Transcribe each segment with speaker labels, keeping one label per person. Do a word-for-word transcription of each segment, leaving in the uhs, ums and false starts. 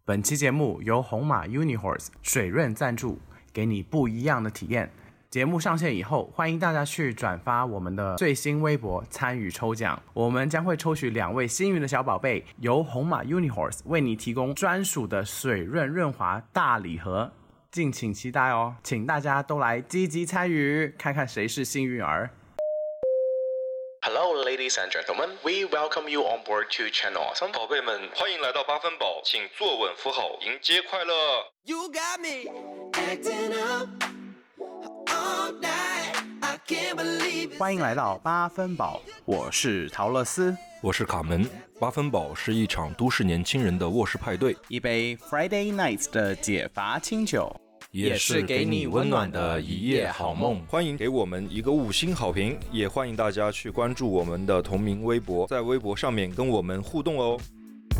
Speaker 1: 本期节目由红马 Unihorse 水润赞助，给你不一样的体验。节目上线以后，欢迎大家去转发我们的最新微博参与抽奖，我们将会抽取两位幸运的小宝贝，由红马 Unihorse 为你提供专属的水润润滑大礼盒，敬请期待哦！请大家都来积极参与，看看谁是幸运儿。
Speaker 2: Hello, ladies and gentlemen. We welcome you on board to Channel Awesome.
Speaker 3: 宝贝们，欢迎来到八分饱，请坐稳扶好，迎接快乐。
Speaker 4: You got me acting up all night. I can't believe it.
Speaker 1: 欢迎来到八分饱，我是陶乐斯，
Speaker 3: 我是卡门。八分饱是一场都市年轻人的卧室派对，
Speaker 1: 一杯 Friday Nights 的解乏清酒，
Speaker 3: 也是给你温暖的一夜好梦。欢迎给我们一个五星好评，也欢迎大家去关注我们的同名微博，在微博上面跟我们互动哦。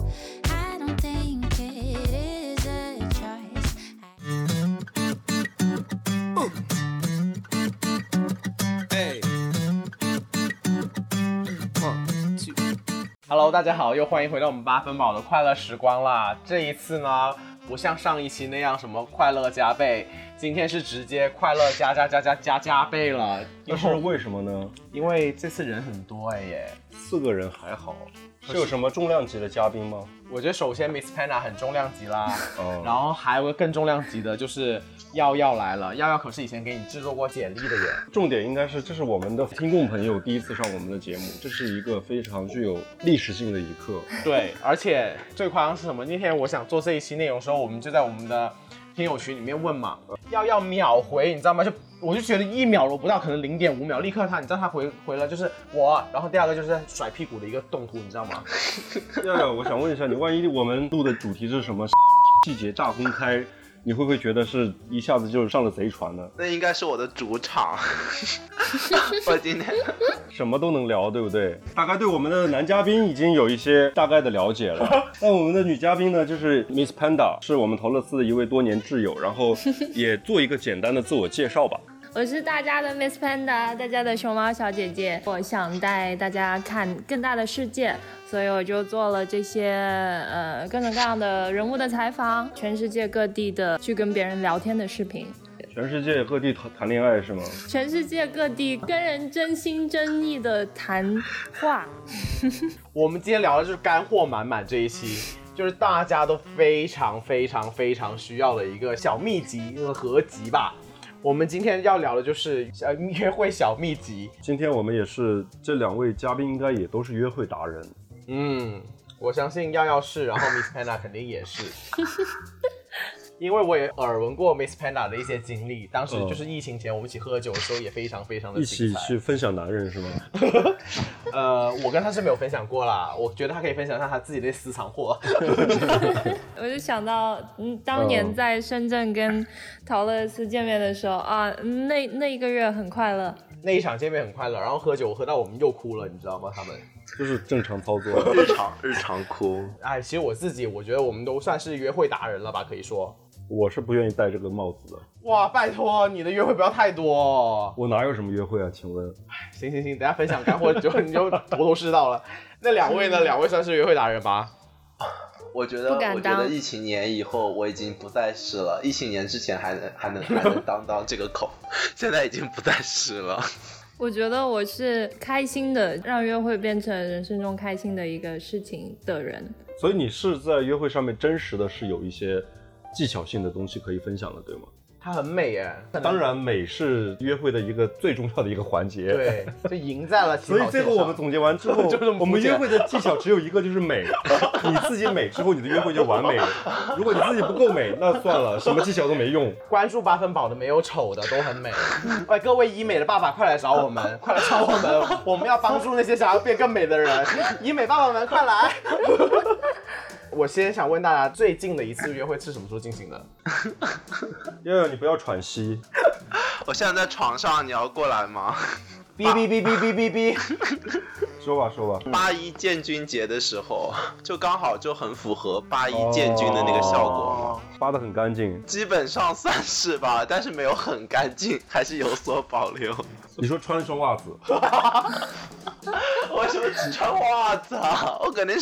Speaker 1: Hello， 大家好，又欢迎回到我们八分饱的快乐时光啦。这一次呢，不像上一期那样什么快乐加倍，今天是直接快乐加加加加加加倍了。
Speaker 5: 这是为什么呢？
Speaker 1: 因为这次人很多哎耶，
Speaker 5: 四个人还好，是有什么重量级的嘉宾吗？
Speaker 1: 我觉得首先 Miss Panda 很重量级啦，
Speaker 5: 哦、
Speaker 1: 然后还有个更重量级的就是耀耀来了。耀耀可是以前给你制作过简历的人。
Speaker 5: 重点应该是这是我们的听众朋友第一次上我们的节目，这是一个非常具有历史性的一刻。
Speaker 1: 对，而且最夸张是什么？那天我想做这一期内容的时候，我们就在我们的听友群里面问嘛，耀耀秒回，你知道吗？就我就觉得一秒都不到，可能零点五秒，立刻他，你知道他回回了就是我，然后第二个就是甩屁股的一个动图，你知道吗？
Speaker 5: 耀耀，我想问一下，你万一我们录的主题是什么细节大公开，你会不会觉得是一下子就上了贼船呢？
Speaker 2: 那应该是我的主场。我今天
Speaker 5: 什么都能聊，对不对？大概对我们的男嘉宾已经有一些大概的了解了。那我们的女嘉宾呢，就是 Miss Panda， 是我们陶乐斯的一位多年挚友，然后也做一个简单的自我介绍吧。
Speaker 6: 我是大家的 Miss Panda， 大家的熊猫小姐姐。我想带大家看更大的世界，所以我就做了这些呃各种各样的人物的采访，全世界各地的去跟别人聊天的视频。
Speaker 5: 全世界各地谈恋爱是吗？
Speaker 6: 全世界各地跟人真心真意的谈话。
Speaker 1: 我们今天聊的就是干货满满这一期，就是大家都非常非常非常需要的一个小秘籍和合集吧。我们今天要聊的就是呃约会小秘籍。
Speaker 5: 今天我们也是这两位嘉宾应该也都是约会达人。
Speaker 1: 嗯，我相信耀耀是，然后 Miss Panda 肯定也是。因为我也耳闻过 Miss Panda 的一些经历，当时就是疫情前我们一起喝酒的时候也非常非常的精彩。
Speaker 5: 一起去分享男人是吗？
Speaker 1: 呃，我跟他是没有分享过啦，我觉得他可以分享一下他自己的私藏货。
Speaker 6: 我就想到，嗯，当年在深圳跟陶乐斯见面的时候啊，那那一个月很快乐。
Speaker 1: 那一场见面很快乐，然后喝酒喝到我们又哭了，你知道吗？他们
Speaker 5: 就是正常操作，
Speaker 2: 日常日常哭。
Speaker 1: 哎，其实我自己我觉得我们都算是约会达人了吧，可以说。
Speaker 5: 我是不愿意戴这个帽子的。
Speaker 1: 哇，拜托你的约会不要太多哦。
Speaker 5: 我哪有什么约会啊？请问？
Speaker 1: 行行行，等一下分享干货就你就头头是道了。那两位呢？两位算是约会达人吧？
Speaker 2: 我觉得，我觉得疫情年以后我已经不再是了。疫情年之前还能还能还能当当这个口，现在已经不再是了。
Speaker 6: 我觉得我是开心的，让约会变成人生中开心的一个事情的人。
Speaker 5: 所以你是在约会上面真实的是有一些技巧性的东西可以分享的，对吗？
Speaker 1: 它很美耶，
Speaker 5: 当然美是约会的一一个最重要的一个环节。
Speaker 1: 对，就赢在了起跑线上。
Speaker 5: 所以最后我们总结完之后，我们约会的技巧只有一个，就是美。你自己美之后，你的约会就完美了。如果你自己不够美，那算了，什么技巧都没用。
Speaker 1: 关注八分饱的没有丑的都很美。哎，各位医美的爸爸，快来找我们，快来找我们，我们要帮助那些想要变更美的人。医美爸爸们，快来！我先想问大家，最近的一次约会是什么时候进行的？
Speaker 5: 耀耀，你不要喘息。
Speaker 2: 我现在在床上，你要过来吗？
Speaker 1: 哔哔哔哔哔哔哔。
Speaker 5: 说吧说吧。
Speaker 2: 八一建军节的时候，就刚好就很符合八一建军的那个效果嘛。
Speaker 5: 哦、扒得很干净。
Speaker 2: 基本上算是吧，但是没有很干净，还是有所保留。
Speaker 5: 你说穿了双袜子？
Speaker 2: 为什么只穿袜子啊？我肯定是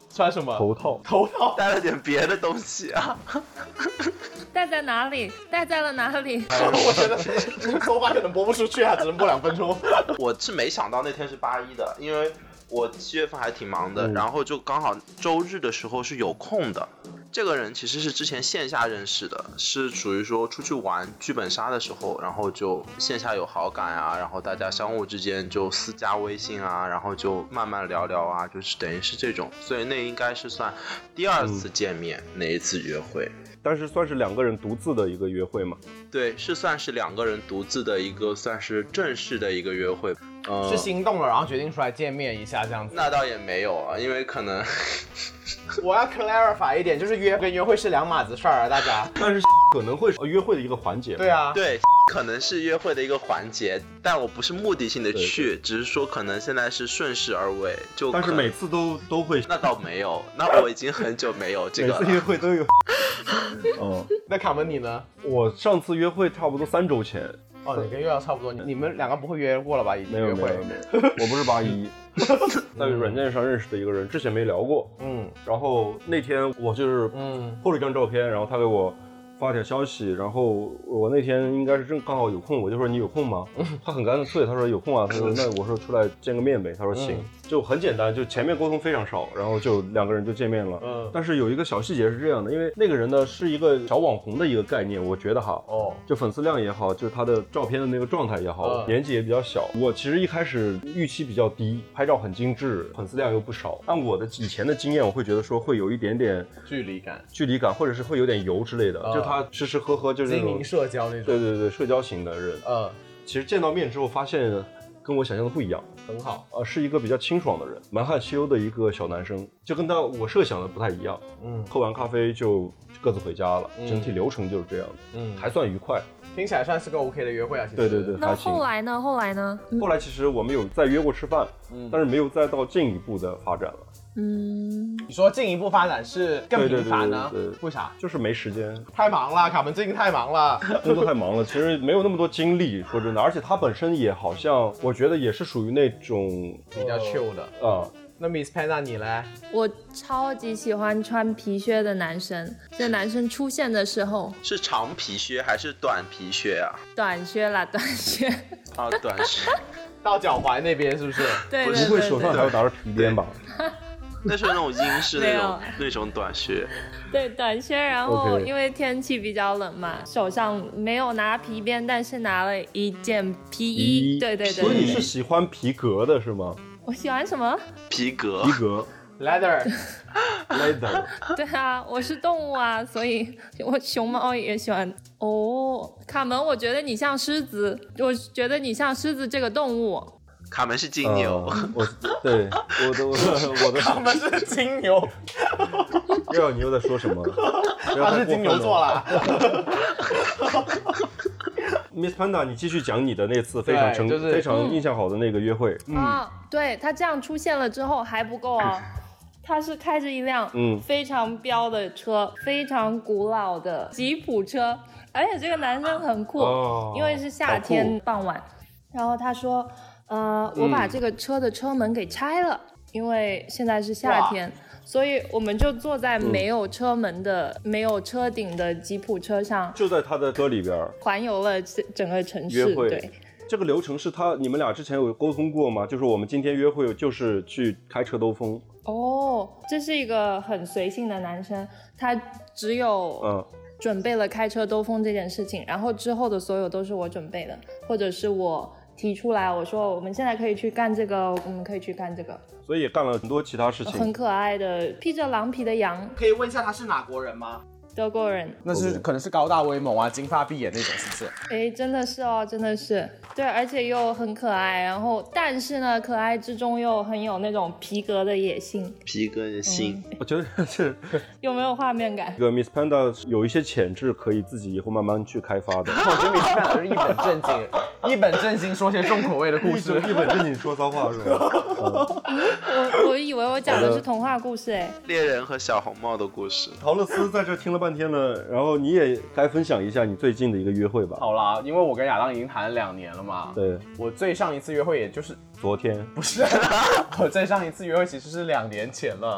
Speaker 7: 穿什么？
Speaker 5: 头套，
Speaker 7: 头套，
Speaker 2: 带了点别的东西啊。
Speaker 6: 戴在哪里？戴在了哪里？
Speaker 7: 我觉得这个说话可能播不出去啊，只能播两分钟。
Speaker 2: 我是没想到那天是八一的，因为我七月份还挺忙的，嗯、然后就刚好周日的时候是有空的。这个人其实是之前线下认识的，是属于说出去玩剧本杀的时候，然后就线下有好感啊，然后大家相互之间就私加微信啊，然后就慢慢聊聊啊，就是等于是这种，所以那应该是算第二次见面，嗯、那一次约会。
Speaker 5: 但是算是两个人独自的一个约会吗？
Speaker 2: 对，是算是两个人独自的一个算是正式的一个约会。
Speaker 7: 呃、是心动了，然后决定出来见面一下这样子？
Speaker 2: 那倒也没有啊，因为可能
Speaker 7: 我要 clarify 一点，就是约跟约会是两码子事儿啊，大家。
Speaker 5: 但是可能会是约会的一个环节。
Speaker 7: 对啊，
Speaker 2: 对，可能是约会的一个环节，但我不是目的性的去，对对，只是说可能现在是顺势而为，就
Speaker 5: 但是每次都都会。
Speaker 2: 那倒没有，那我已经很久没有这个了。
Speaker 5: 每次约会都有。哦，
Speaker 7: 那卡门你呢？
Speaker 5: 我上次约会差不多三周前。
Speaker 7: 哦，你跟月亮差不多，你们两个不会约过了吧？已经
Speaker 5: 没有没有没有，我不是八一，在软件上认识的一个人，之前没聊过，嗯，然后那天我就是嗯 po 了一张照片，然后他给我发条消息，然后我那天应该是正刚好有空，我就说你有空吗？他很干脆，他说有空啊，他说那我说出来见个面呗，他说行，嗯、就很简单，就前面沟通非常少，然后就两个人就见面了。嗯，但是有一个小细节是这样的，因为那个人呢是一个小网红的一个概念，我觉得哈，哦，就粉丝量也好，就是他的照片的那个状态也好，嗯、年纪也比较小。我其实一开始预期比较低，拍照很精致，粉丝量又不少。按我的以前的经验，我会觉得说会有一点点
Speaker 7: 距离感，
Speaker 5: 距离感，或者是会有点油之类的，嗯、就。他吃吃喝喝就是那种
Speaker 7: 经营社交那种，
Speaker 5: 对对对，社交型的人。嗯，其实见到面之后发现跟我想象的不一样，
Speaker 7: 很好。
Speaker 5: 呃，是一个比较清爽的人，蛮害羞的一个小男生，就跟他我设想的不太一样。嗯，喝完咖啡就各自回家了，嗯、整体流程就是这样的。嗯，还算愉快。
Speaker 7: 听起来算是个 OK 的约会啊，其实。
Speaker 5: 对对对，
Speaker 6: 那后来呢？后来呢？
Speaker 5: 后来其实我们有再约过吃饭，嗯，但是没有再到进一步的发展了。
Speaker 7: 嗯，你说进一步发展是更频繁呢？
Speaker 5: 对对对对，
Speaker 7: 为啥？
Speaker 5: 就是没时间，
Speaker 7: 太忙了，卡门最近太忙了，
Speaker 5: 工作太忙了，其实没有那么多精力，说真的，而且他本身也好像，我觉得也是属于那种
Speaker 7: 比较 chill 的
Speaker 5: 啊。
Speaker 7: 呃那 Miss Panda 你嘞？
Speaker 6: 我超级喜欢穿皮靴的男生，这男生出现的时候
Speaker 2: 是长皮靴还是短皮靴啊？
Speaker 6: 短靴啦，短靴。
Speaker 2: 啊，短靴
Speaker 7: 到脚踝那边是不是？
Speaker 6: 对对对，
Speaker 5: 不会手上还要拿着皮鞭吧？
Speaker 2: 那是那种英式那种那种短靴。
Speaker 6: 对，短靴，然后因为天气比较冷嘛，手上没有拿皮鞭，但是拿了一件皮衣。对对对。
Speaker 5: 所以你是喜欢皮革的是吗？
Speaker 6: 我喜欢什么？
Speaker 2: 皮革。
Speaker 5: 皮革。
Speaker 7: Leather。
Speaker 5: Leather。
Speaker 6: 对啊，我是动物啊，所以我熊猫也喜欢。哦，卡门，我觉得你像狮子，我觉得你像狮子这个动物。
Speaker 2: 卡门是金牛，
Speaker 5: 呃、我对我的我的我的
Speaker 7: 卡门是金牛。
Speaker 5: 又要你又在说什么？
Speaker 7: 他是金牛座啦。
Speaker 5: Miss Panda， 你继续讲你的那次非常成、就是、非常印象好的那个约会。
Speaker 6: 嗯，啊，对，他这样出现了之后还不够哦，他是开着一辆非常标的车，嗯、非常古老的吉普车，而且这个男生很酷，哦、因为是夏天傍晚，然后他说，呃，我把这个车的车门给拆了，嗯、因为现在是夏天。所以我们就坐在没有车门的、嗯、没有车顶的吉普车上，
Speaker 5: 就在他的车里边
Speaker 6: 环游了整个城市。
Speaker 5: 约会，
Speaker 6: 对，
Speaker 5: 这个流程是他你们俩之前有沟通过吗？就是我们今天约会就是去开车兜风。
Speaker 6: 哦，这是一个很随性的男生，他只有嗯准备了开车兜风这件事情，然后之后的所有都是我准备的，或者是我提出来，我说我们现在可以去干这个，我们可以去干这个。
Speaker 5: 所以也干了很多其他事情。
Speaker 6: 很可爱的披着狼皮的羊。
Speaker 7: 可以问一下他是哪国人吗？
Speaker 6: 德国人。
Speaker 7: 那是可能是高大威猛啊，金发碧眼那种，是不是？
Speaker 6: 哎，真的是哦，真的是。对，而且又很可爱，然后但是呢，可爱之中又很有那种皮革的野性。
Speaker 2: 皮革的心，
Speaker 5: 嗯、我觉得是。
Speaker 6: 有没有画面感？
Speaker 5: 这个 Miss Panda 有一些潜质可以自己以后慢慢去开发的。
Speaker 7: 我觉得 Miss Panda 是一本正经，一本正经说些重口味的故事，
Speaker 5: 一本正经说骚话是吧？
Speaker 6: 嗯，我我以为我讲的是童话故事哎。
Speaker 2: 猎人和小红帽的故事。
Speaker 5: 陶乐斯在这听了半天了，然后你也该分享一下你最近的一个约会吧。
Speaker 7: 好啦，因为我跟亚当已经谈了两年了嘛。
Speaker 5: 对。
Speaker 7: 我最上一次约会也就是
Speaker 5: 昨天。
Speaker 7: 不是，我最上一次约会其实是两年前了。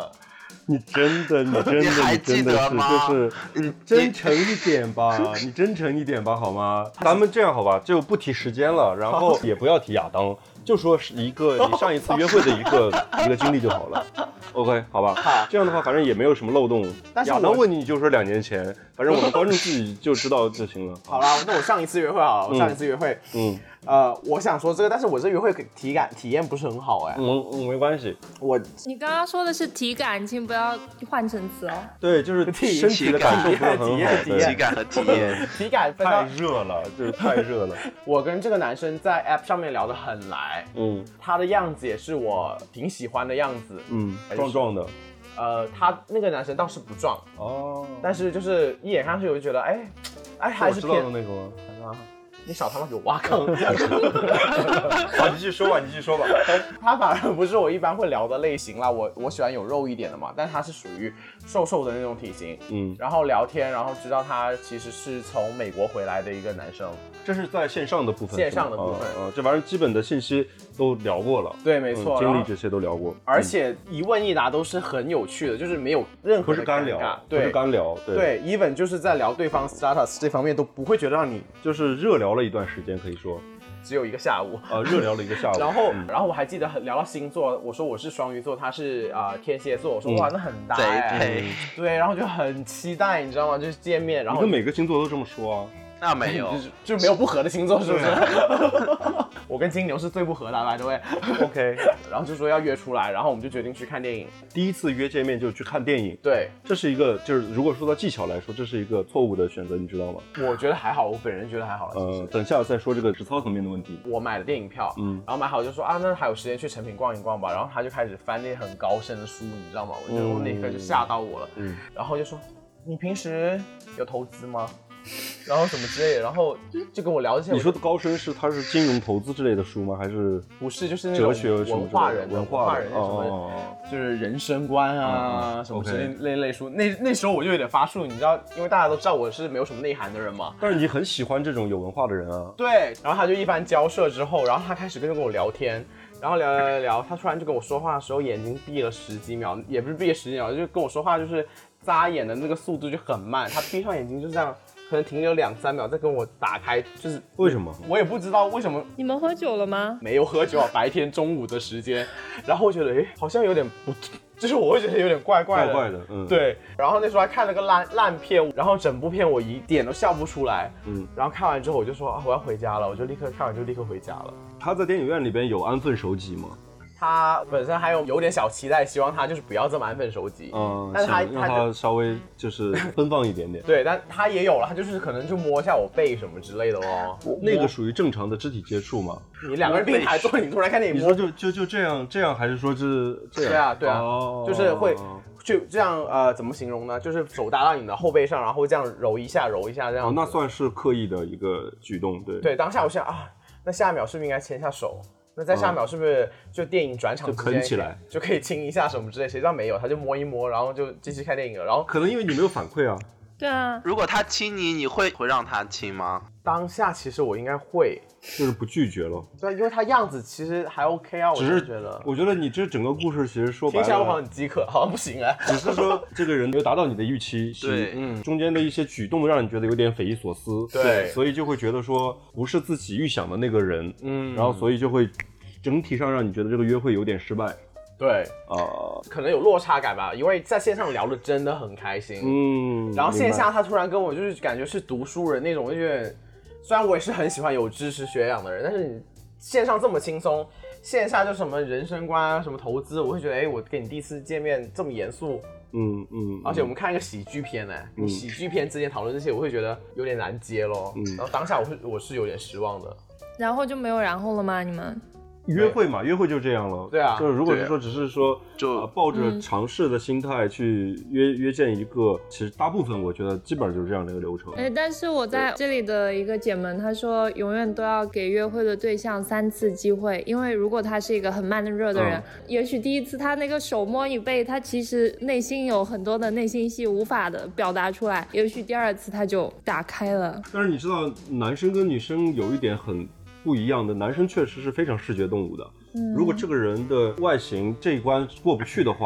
Speaker 5: 你真的，你真的，
Speaker 2: 你还记得吗？
Speaker 5: 就是你真诚一点吧，你真诚一点吧，好吗？咱们这样好吧，就不提时间了，然后也不要提亚当，就说是一个你上一次约会的一个一个经历就好了。OK， 好吧，
Speaker 7: 好，
Speaker 5: 这样的话反正也没有什么漏洞。
Speaker 7: 但是
Speaker 5: 亚当问你，你就说两年前，反正我们观众自己就知道就行了。
Speaker 7: 好啦，那我上一次约会好了，我上一次约会，
Speaker 5: 嗯，
Speaker 7: 呃，我想说这个，但是我这约会体感体验不是很好哎、
Speaker 5: 嗯嗯，没关系。
Speaker 7: 我
Speaker 6: 你刚刚说的是体感，请不要换成词哦。
Speaker 5: 对，就是身体的感受不是很好，
Speaker 7: 体验体验
Speaker 2: 体感和体验，
Speaker 7: 体感分
Speaker 5: 太
Speaker 7: 到
Speaker 5: 热了，就是太热了。
Speaker 7: 我跟这个男生在 App 上面聊得很来，
Speaker 5: 嗯
Speaker 7: 他的样子也是我挺喜欢的样子，
Speaker 5: 嗯，壮壮的。
Speaker 7: 呃，他那个男生倒是不壮，
Speaker 5: 哦，
Speaker 7: 但是就是一眼看上去我就觉得，哎，哎还是
Speaker 5: 我知道
Speaker 7: 偏
Speaker 5: 的那个吗？
Speaker 7: 啊，你少他妈给我挖坑！
Speaker 5: 好，你继续说吧，你继续说吧。
Speaker 7: 他反而不是我一般会聊的类型啦，我我喜欢有肉一点的嘛，但他是属于瘦瘦的那种体型，
Speaker 5: 嗯，
Speaker 7: 然后聊天，然后知道他其实是从美国回来的一个男生，
Speaker 5: 这是在线上的部分，
Speaker 7: 线上的部分，
Speaker 5: 啊，这玩意儿基本的信息都聊过了，
Speaker 7: 对，没错，
Speaker 5: 嗯经历这些都聊过，
Speaker 7: 而且一问一答都是很有趣的，就是没有任何
Speaker 5: 不
Speaker 7: 的
Speaker 5: 是干聊，不
Speaker 7: 对，
Speaker 5: 是干聊，对，
Speaker 7: 对 ，even 就是在聊对方 status 这方面都不会觉得让你
Speaker 5: 就是热聊了一段时间，可以说，
Speaker 7: 只有一个下午，
Speaker 5: 啊，热聊了一个下午，
Speaker 7: 然后，
Speaker 5: 嗯
Speaker 7: 然后我还记得很聊到星座，我说我是双鱼座，他是啊、呃天蝎座，我说、
Speaker 5: 嗯
Speaker 7: 哇那很搭、
Speaker 2: 贼
Speaker 7: 欸，
Speaker 2: 配。
Speaker 7: 对，然后就很期待，你知道吗？就是见面，然后
Speaker 5: 你跟每个星座都这么说啊？
Speaker 2: 那没有
Speaker 7: 就，是就没有不合的星座，是不是？我跟金牛是最不合的，来各位。
Speaker 5: OK，
Speaker 7: 然后就说要约出来，然后我们就决定去看电影。
Speaker 5: 第一次约见面就去看电影，
Speaker 7: 对，
Speaker 5: 这是一个就是如果说到技巧来说，这是一个错误的选择，你知道吗？
Speaker 7: 我觉得还好，我本人觉得还好了。其实
Speaker 5: 呃，等下再说这个实操层面的问题。
Speaker 7: 我买了电影票，
Speaker 5: 嗯
Speaker 7: 然后买好就说啊，那还有时间去成品逛一逛吧。然后他就开始翻那些很高深的书，你知道吗？我觉得我那一刻就吓到我了。
Speaker 5: 嗯，
Speaker 7: 然后就说你平时有投资吗？然后什么之类的，然后就跟我聊这些。
Speaker 5: 你说的高深是它是金融投资之类的书吗？还是
Speaker 7: 不是，就是那种
Speaker 5: 哲学什么
Speaker 7: 文化人的
Speaker 5: 文
Speaker 7: 化
Speaker 5: 化
Speaker 7: 人什么，
Speaker 5: 哦，
Speaker 7: 就是人生观啊、
Speaker 5: 嗯嗯
Speaker 7: 什么之
Speaker 5: OK
Speaker 7: 类类类书。那那时候我就有点发怵，你知道，因为大家都知道我是没有什么内涵的人嘛。
Speaker 5: 但是你很喜欢这种有文化的人啊。
Speaker 7: 对，然后他就一番交涉之后，然后他开始跟跟我聊天，然后聊聊聊聊，他突然就跟我说话的时候眼睛闭了十几秒，也不是闭了十几秒，就跟我说话就是眨眼的那个速度就很慢，他闭上眼睛就这样。可能停留两三秒，再跟我打开，就是
Speaker 5: 为什么？
Speaker 7: 我也不知道为什么
Speaker 6: 你们喝酒了吗？
Speaker 7: 没有喝酒啊，白天中午的时间，然后我觉得诶，好像有点不，就是我会觉得有点怪怪的，
Speaker 5: 怪怪的，嗯，，
Speaker 7: 对。然后那时候还看了个烂烂片，然后整部片我一点都笑不出来，
Speaker 5: 嗯。
Speaker 7: 然后看完之后我就说啊，我要回家了，我就立刻看完就立刻回家了。
Speaker 5: 他在电影院里边有安分守己吗？
Speaker 7: 他本身还有有点小期待，希望他就是不要这么安分守己，
Speaker 5: 嗯，
Speaker 7: 但是他
Speaker 5: 想让
Speaker 7: 他就
Speaker 5: 他稍微就是奔放一点点。
Speaker 7: 对，但他也有了，他就是可能就摸一下我背什么之类的哦。
Speaker 5: 那个属于正常的肢体接触吗？
Speaker 7: 你两个人并排坐，你突然看见
Speaker 5: 你
Speaker 7: 摸
Speaker 5: 说就就就这样这样，还是说是这样？
Speaker 7: 对啊对啊，
Speaker 5: 哦
Speaker 7: 就是会就这样呃，怎么形容呢？就是手搭到你的后背上，然后这样揉一下揉一下这样
Speaker 5: 哦，
Speaker 7: 子。
Speaker 5: 那算是刻意的一个举动，对。
Speaker 7: 对，当下我想啊，那下一秒是不是应该牵下手？那在下一秒是不是就电影转场
Speaker 5: 就
Speaker 7: 之间
Speaker 5: 啃起来
Speaker 7: 就可以亲一下什么之类？谁知道没有，他就摸一摸，然后就继续看电影了。然后
Speaker 5: 可能因为你没有反馈啊。
Speaker 6: 对啊，
Speaker 2: 如果他亲你，你会会让他亲吗？
Speaker 7: 当下其实我应该会，
Speaker 5: 就是不拒绝了。
Speaker 7: 对，因为他样子其实还 OK 啊，我
Speaker 5: 只
Speaker 7: 就是觉得。
Speaker 5: 我觉得你这整个故事其实说白
Speaker 7: 听起来我好像
Speaker 5: 了，
Speaker 7: 很饥渴，好像不行啊。
Speaker 5: 只是说这个人没有达到你的预期，
Speaker 2: 对
Speaker 5: 嗯，中间的一些举动让你觉得有点匪夷所思，
Speaker 7: 对
Speaker 5: 所以就会觉得说不是自己预想的那个人，
Speaker 7: 嗯
Speaker 5: 然后所以就会整体上让你觉得这个约会有点失败
Speaker 7: 对，
Speaker 5: 啊、
Speaker 7: 可能有落差感吧，因为在线上聊的真的很开心，
Speaker 5: 嗯，
Speaker 7: 然后线下
Speaker 5: 明白
Speaker 7: 他突然跟我就是感觉是读书人那种，我就觉得虽然我也是很喜欢有知识学养的人，但是你线上这么轻松，线下就什么人生观啊，什么投资，我会觉得哎，我跟你第一次见面这么严肃，
Speaker 5: 嗯嗯，
Speaker 7: 而且我们看一个喜剧片呢、
Speaker 5: 嗯
Speaker 7: 喜剧片之间讨论这些，我会觉得有点难接咯。
Speaker 5: 嗯
Speaker 7: 然后当下我是我是有点失望的。
Speaker 6: 然后就没有然后了吗？你们？
Speaker 5: 约会嘛，约会就这样了。
Speaker 7: 对啊
Speaker 5: 就是如果是
Speaker 2: 对
Speaker 5: 说只是说
Speaker 2: 就
Speaker 5: 呃抱着
Speaker 6: 嗯
Speaker 5: 尝试的心态去约约见一个，其实大部分我觉得基本上就是这样的一个流程。
Speaker 6: 哎，但是我在这里的一个姐们，她说永远都要给约会的对象三次机会，因为如果他是一个很慢热的人，
Speaker 5: 嗯
Speaker 6: 也许第一次他那个手摸你背，他其实内心有很多的内心戏无法的表达出来，也许第二次他就打开了。
Speaker 5: 但是你知道，男生跟女生有一点很不一样的，男生确实是非常视觉动物的。
Speaker 6: 嗯
Speaker 5: 如果这个人的外形这一关过不去的话，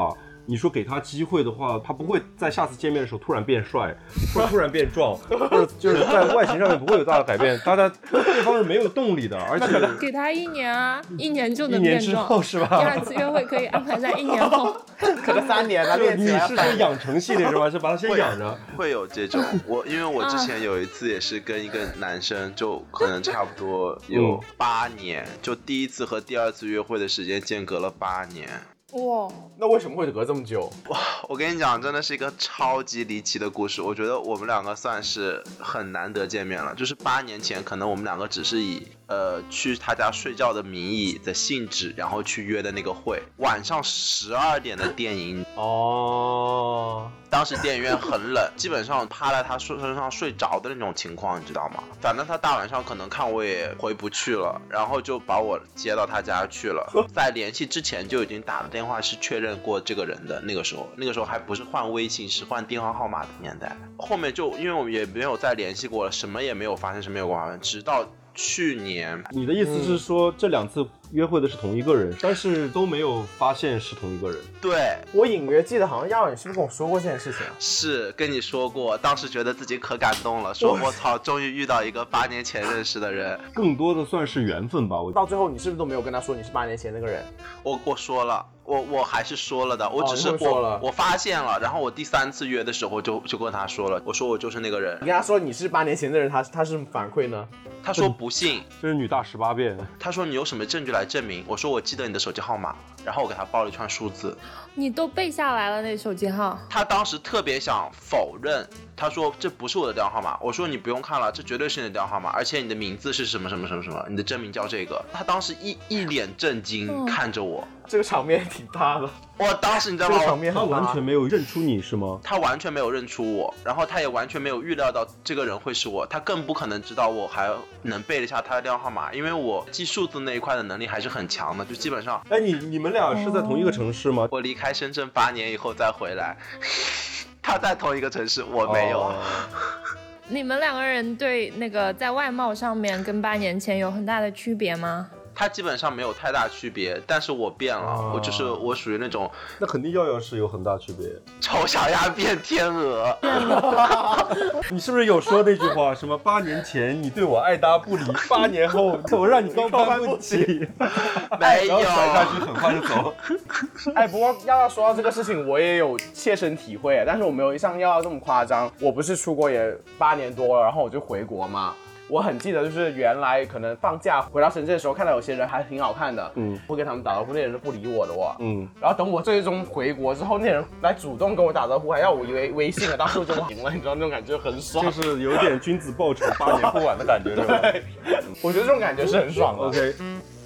Speaker 5: 你说给他机会的话，他不会在下次见面的时候突然变帅，或者突然变壮，或者就是在外形上面不会有大的改变，大家对方是没有动力的，而且
Speaker 6: 给他一年啊，一年就能
Speaker 5: 一年之
Speaker 6: 变壮。
Speaker 5: 后是吧？
Speaker 6: 第二次约会可以安排在一年后，
Speaker 7: 可能三年了，
Speaker 5: 就你
Speaker 7: 练起来
Speaker 5: 是说养成系列是吧？是把他先养着。
Speaker 2: 会有这种，我因为我之前有一次也是跟一个男生，就可能差不多有八年，就第一次和第二次约会的时间间隔了八年。
Speaker 6: 哇，
Speaker 7: 那为什么会隔这么久？
Speaker 2: 哇，我跟你讲，真的是一个超级离奇的故事。我觉得我们两个算是很难得见面了。就是八年前，可能我们两个只是以呃去他家睡觉的名义的性质，然后去约的那个会。晚上十二点的电影
Speaker 7: 哦，
Speaker 2: 当时电影院很冷，基本上趴在他身上睡着的那种情况，你知道吗？反正他大晚上可能看我也回不去了，然后就把我接到他家去了。在联系之前就已经打了电话是确认过这个人的，那个时候那个时候还不是换微信，是换电话号码的年代。后面就因为我们也没有再联系过了，什么也没有发生，什么也没有发生，直到去年。
Speaker 5: 你的意思是说、嗯、这两次约会的是同一个人，但是都没有发现是同一个人？
Speaker 2: 对，
Speaker 7: 我隐约记得好像亚尔，你是不是跟我说过这件事情？
Speaker 2: 是跟你说过，当时觉得自己可感动了，说我操，终于遇到一个八年前认识的人。
Speaker 5: 更多的算是缘分吧。我
Speaker 7: 到最后你是不是都没有跟他说你是八年前那个人？
Speaker 2: 我我说了。我我还是说了的，我只是我、
Speaker 7: 哦、
Speaker 2: 我发现了，然后我第三次约的时候就就跟他说了，我说我就是那个人。
Speaker 7: 你跟他说你是八年前的人，他他是反馈呢？
Speaker 2: 他说不信，
Speaker 5: 这是女大十八变。
Speaker 2: 他说你有什么证据来证明？我说我记得你的手机号码，然后我给他报了一串数字。
Speaker 6: 你都背下来了那手机号？
Speaker 2: 他当时特别想否认，他说这不是我的电话号码。我说你不用看了，这绝对是你的电话号码，而且你的名字是什么什么什么什么，你的真名叫这个。他当时一一脸震惊看着我。
Speaker 7: 这个场面挺大的。
Speaker 2: 我当时你知道吗？
Speaker 7: 这个场面
Speaker 5: 他完全没有认出你是吗？
Speaker 2: 他完全没有认出我，然后他也完全没有预料到这个人会是我，他更不可能知道我还能背得下他的电话号码，因为我记数字那一块的能力还是很强的，就基本上。
Speaker 5: 哎，你你们俩是在同一个城市吗？
Speaker 2: 我离开深圳八年以后再回来，他在同一个城市，我没有。哦
Speaker 6: 你们两个人对那个在外貌上面跟八年前有很大的区别吗？
Speaker 2: 他基本上没有太大区别，但是我变了，哦、我就是我属于那种，
Speaker 5: 那肯定耀耀是有很大区别，
Speaker 2: 丑小鸭变天鹅。
Speaker 5: 你是不是有说那句话，什么八年前你对我爱搭不理，八年后我让你高攀不起？
Speaker 2: 没有，
Speaker 5: 然后甩下去很快就走。
Speaker 7: 哎，不过耀耀说到这个事情，我也有切身体会，但是我没有像耀耀这么夸张。我不是出国也八年多了，然后我就回国嘛。我很记得，就是原来可能放假回到深圳的时候，看到有些人还挺好看的，嗯，会跟他们打招呼，那些人都不理我的哇，嗯，然后等我最终回国之后，那人来主动跟我打招呼，还要我微微信了，当时我就赢了，你知道那种感觉很爽，
Speaker 5: 就是有点君子报仇八年不晚的感觉，对吧？
Speaker 7: 对，我觉得这种感觉是很爽的。
Speaker 5: OK。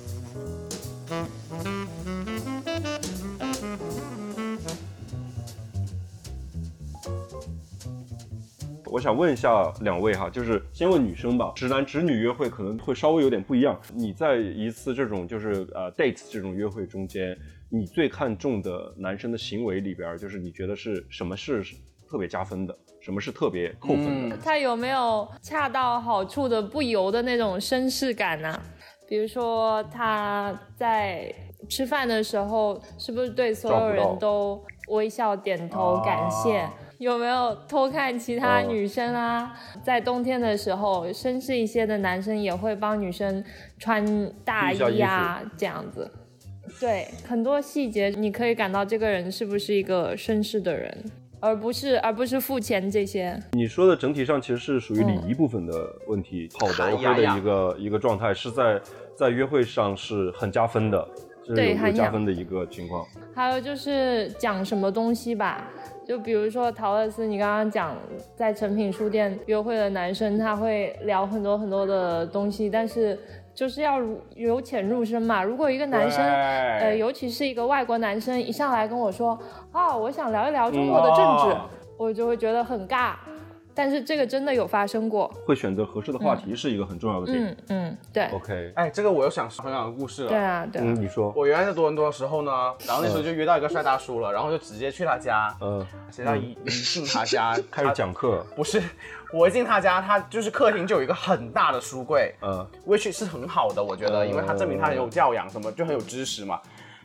Speaker 5: 我想问一下两位哈，就是先问女生吧，直男直女约会可能会稍微有点不一样。你在一次这种就是呃 date 这种约会中间，你最看重的男生的行为里边，就是你觉得是什么是特别加分的，什么是特别扣分的？
Speaker 6: 嗯、他有没有恰到好处的不油的那种绅士感呢、啊？比如说他在吃饭的时候，是不是对所有人都微笑点头感谢？有没有偷看其他女生啊？哦、在冬天的时候，绅士一些的男生也会帮女生穿大衣啊，这样子。对，很多细节你可以感到这个人是不是一个绅士的人，而不是而不是付钱这些。
Speaker 5: 你说的整体上其实是属于礼仪部分的问题，嗯、好的 OK 的一个一个状态，是在在约会上是很加分的，是有一个加分的一个情况。
Speaker 6: 还有就是讲什么东西吧。就比如说陶乐斯，你刚刚讲在诚品书店约会的男生，他会聊很多很多的东西，但是就是要由浅入深嘛。如果一个男生，呃，尤其是一个外国男生，一上来跟我说啊，我想聊一聊中国的政治，嗯、我就会觉得很尬。但是这个真的有发生过，
Speaker 5: 会选择合适的话题是一个很重要的点。
Speaker 6: 嗯 嗯, 嗯，对。
Speaker 5: OK，
Speaker 7: 哎，这个我又想分享个故事了。
Speaker 6: 对啊，对啊。
Speaker 5: 嗯，你说。
Speaker 7: 我原来在多伦多的时候呢，然后那时候就约到一个帅大叔了，然后就直接去他家。嗯。谁知道一一进他家
Speaker 5: 开始讲课？
Speaker 7: 不是，我一进他家，他就是客厅就有一个很大的书柜，嗯 ，which 是很好的，我觉得，因为他证明他很有教养，什么就很有知识嘛。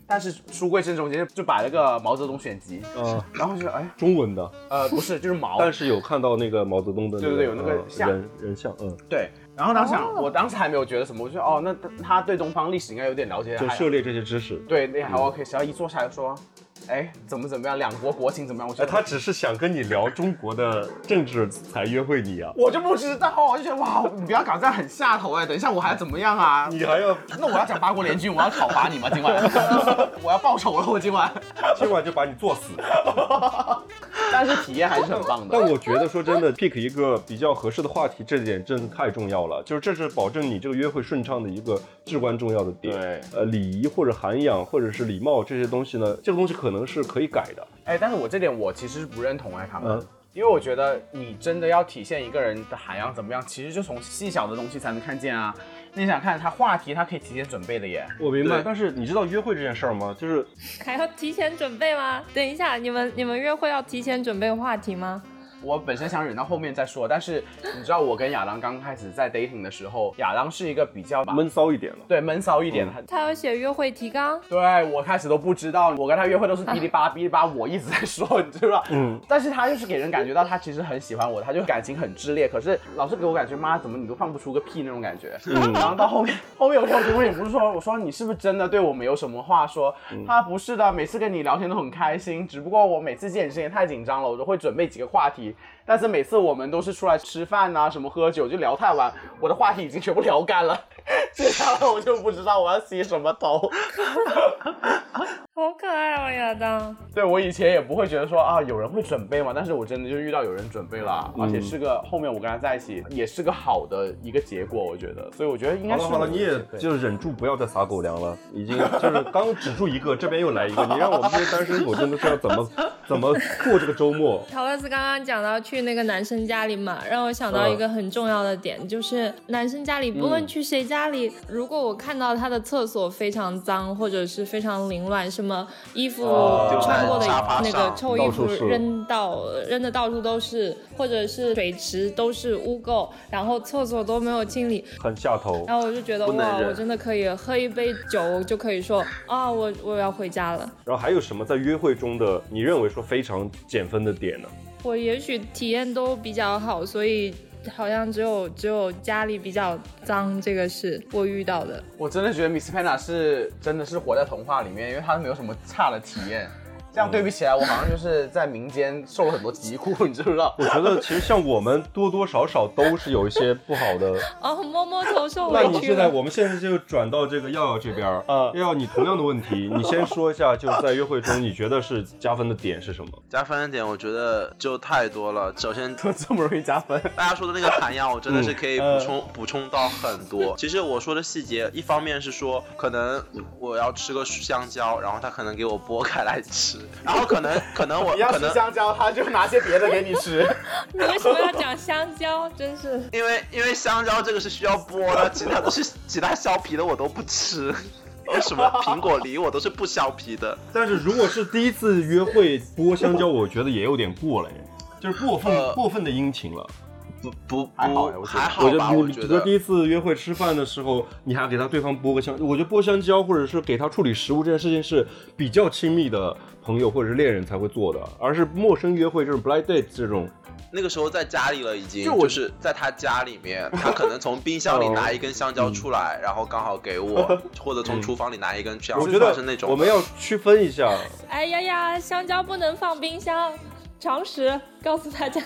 Speaker 7: 但是书柜正中间就摆了个毛泽东选集，
Speaker 5: 嗯，
Speaker 7: 然后就哎，
Speaker 5: 中文的，
Speaker 7: 呃，不是，就是毛，
Speaker 5: 但是有看到那个毛泽东的、那个，
Speaker 7: 对对对，有那个像、
Speaker 5: 呃、人人像，嗯，
Speaker 7: 对。然后当时想，哦、我当时还没有觉得什么，我就哦，那他对东方历史应该有点了解，
Speaker 5: 就涉猎这些知识。
Speaker 7: 对，那还 OK。只要一坐下来说，哎，怎么怎么样，两国国情怎么样？我觉得、
Speaker 5: 哎、他只是想跟你聊中国的政治才约会你啊。
Speaker 7: 我就不知道，我就觉得哇，你不要搞这样很下头哎，等一下我还怎么样啊？
Speaker 5: 你还要？
Speaker 7: 那我要讲八国联军，我要讨伐你吗？今晚我要报仇了，我今晚
Speaker 5: 今晚就把你做死。
Speaker 7: 但是体验还是很棒的。
Speaker 5: 但我觉得说真的 ，pick 一个比较合适的话题，这点真的太重要了。就是这是保证你这个约会顺畅的一个至关重要的点。
Speaker 7: 对，
Speaker 5: 呃，礼仪或者涵养或者是礼貌这些东西呢，这个东西可能是可以改的。
Speaker 7: 哎，但是我这点我其实是不认同哎，他们。
Speaker 5: 嗯，
Speaker 7: 因为我觉得你真的要体现一个人的涵养怎么样，其实就从细小的东西才能看见啊。你想看他话题，他可以提前准备的耶。
Speaker 5: 我明白，但是你知道约会这件事儿吗？就是
Speaker 6: 还要提前准备吗？等一下，你们你们约会要提前准备话题吗？
Speaker 7: 我本身想忍到后面再说，但是你知道我跟亚当刚开始在 dating 的时候，亚当是一个比较
Speaker 5: 闷骚一点了，
Speaker 7: 对，闷骚一点的、嗯。
Speaker 6: 他有写约会提纲，
Speaker 7: 对我开始都不知道，我跟他约会都是哔哩吧哔哩吧，我一直在说，你知道？嗯。但是他就是给人感觉到他其实很喜欢我，他就感情很炽烈，可是老是给我感觉妈怎么你都放不出个屁那种感觉。嗯。然后到后面后面有天我就问你不是说，我说你是不是真的对我没有什么话说？嗯、他不是的，每次跟你聊天都很开心，只不过我每次见你之前太紧张了，我都会准备几个话题。但是每次我们都是出来吃饭啊，什么喝酒就聊太晚，我的话题已经全部聊干了，接下来我就不知道我要洗什么头。
Speaker 6: 好可爱哦，亚当。
Speaker 7: 对，我以前也不会觉得说啊有人会准备嘛，但是我真的就遇到有人准备了，嗯、而且是个后面我跟他在一起也是个好的一个结果，我觉得，所以我觉得应该是。
Speaker 5: 好了好了，你也就忍住不要再撒狗粮了，已经就是刚止住一个，这边又来一个，你让我们这些单身狗真的是要怎么怎么过这个周末？
Speaker 6: 陶乐斯刚刚讲到去那个男生家里嘛，让我想到一个很重要的点，嗯、就是男生家里不论去谁家里，嗯、如果我看到他的厕所非常脏或者是非常凌乱，什么衣服穿过的那个臭衣服扔到扔的到处都是，或者是水池都是污垢，然后厕所都没有清理，
Speaker 5: 很下头。
Speaker 6: 然后我就觉得哇，我真的可以喝一杯酒就可以说啊，我我要回家了。
Speaker 5: 然后还有什么在约会中的你认为说非常减分的点呢？
Speaker 6: 我也许体验都比较好，所以好像只有只有家里比较脏，这个是我遇到的。
Speaker 7: 我真的觉得 Miss Panda 是真的是活在童话里面，因为她没有什么差的体验。这样对比起来，我好像就是在民间受了很多疾苦，你知不知道？
Speaker 5: 我觉得其实像我们多多少少都是有一些不好的。
Speaker 6: 哦，摸摸头受委屈了。
Speaker 5: 那你现在，我们现在就转到这个耀耀这边啊，耀耀，你同样的问题，你先说一下，就是在约会中你觉得是加分的点是什么？
Speaker 2: 加分的点，我觉得就太多了。首先，
Speaker 7: 这么容易加分？
Speaker 2: 大家说的那个涵养，我真的是可以补充、嗯、补充到很多。其实我说的细节，一方面是说，可能我要吃个香蕉，然后他可能给我剥开来吃，然后可能。可能我
Speaker 7: 你要吃香蕉，他就拿些别的给你吃。
Speaker 6: 你为什么要讲香蕉？真是
Speaker 2: 因为因为香蕉这个是需要剥的，其他都是其他削皮的我都不吃。有什么苹果梨我都是不削皮的。
Speaker 5: 但是如果是第一次约会剥香蕉，我觉得也有点过了耶，就是过分、呃、过分的殷勤了。
Speaker 2: 不不
Speaker 7: 还好，
Speaker 2: 还好吧？我觉得
Speaker 5: 第一次约会吃饭的时候，你还给他对方剥个香，我觉得剥香蕉或者是给他处理食物这件事情是比较亲密的朋友或者是恋人才会做的，而是陌生约会这种 blind date 这种。
Speaker 2: 那个时候在家里了，已经就是在他家里面，他可能从冰箱里拿一根香蕉出来，然后刚好给我，或者从厨房里拿一根香蕉。
Speaker 5: 我觉得
Speaker 2: 是那种
Speaker 5: 我们要区分一下。
Speaker 6: 哎呀呀，香蕉不能放冰箱，常识告诉大家。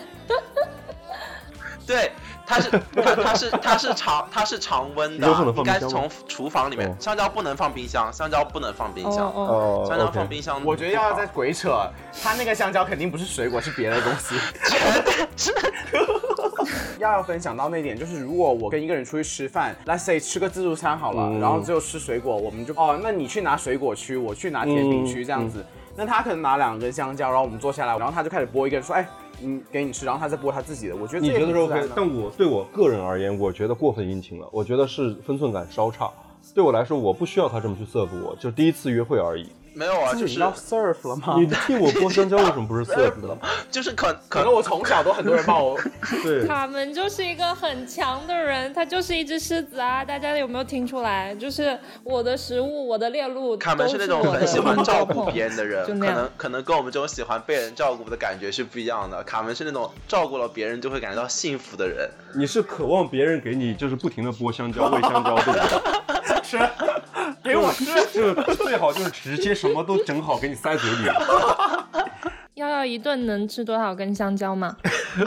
Speaker 2: 对，它是它它是它是常它是常温的，应该从厨房里面。香蕉不能放冰箱，香蕉不能放冰箱。
Speaker 6: 哦，
Speaker 2: 香蕉放冰箱，
Speaker 7: 我觉得要在鬼扯，它那个香蕉肯定不是水果，是别的东西。
Speaker 2: 绝对是。
Speaker 7: 要要分享到那点，就是如果我跟一个人出去吃饭 ，let's say 吃个自助餐好了，嗯、然后只有吃水果，我们就哦，那你去拿水果区，我去拿甜品区这样子。嗯嗯、那他可能拿两根香蕉，然后我们坐下来，然后他就开始剥一根，说，哎。嗯，给你吃，然后他再剥他自己的，我觉得
Speaker 5: 你觉得是 OK， 但我对我个人而言，我觉得过分殷勤了，我觉得是分寸感稍差。对我来说，我不需要他这么去 serve 我，就第一次约会而已。
Speaker 2: 没有啊，就是
Speaker 7: 要 surf 了吗？
Speaker 5: 你替我剥香蕉为什么不是 surf 的？
Speaker 2: 就是可
Speaker 7: 可能我从小都很多人骂我。
Speaker 5: 对，
Speaker 6: 卡门就是一个很强的人，他就是一只狮子啊！大家有没有听出来？就是我的食物，我的猎物，
Speaker 2: 卡门是那种很喜欢照顾别人的人，
Speaker 6: 可
Speaker 2: 能可能跟我们这种喜欢被人照顾的感觉是不一样的。卡门是那种照顾了别人就会感觉到幸福的人。
Speaker 5: 你是渴望别人给你就是不停的剥香蕉、喂香蕉，对不对？
Speaker 7: 吃，给我吃，
Speaker 5: 就最好就是直接什么都整好给你塞嘴里。
Speaker 6: 耀耀一顿能吃多少根香蕉吗？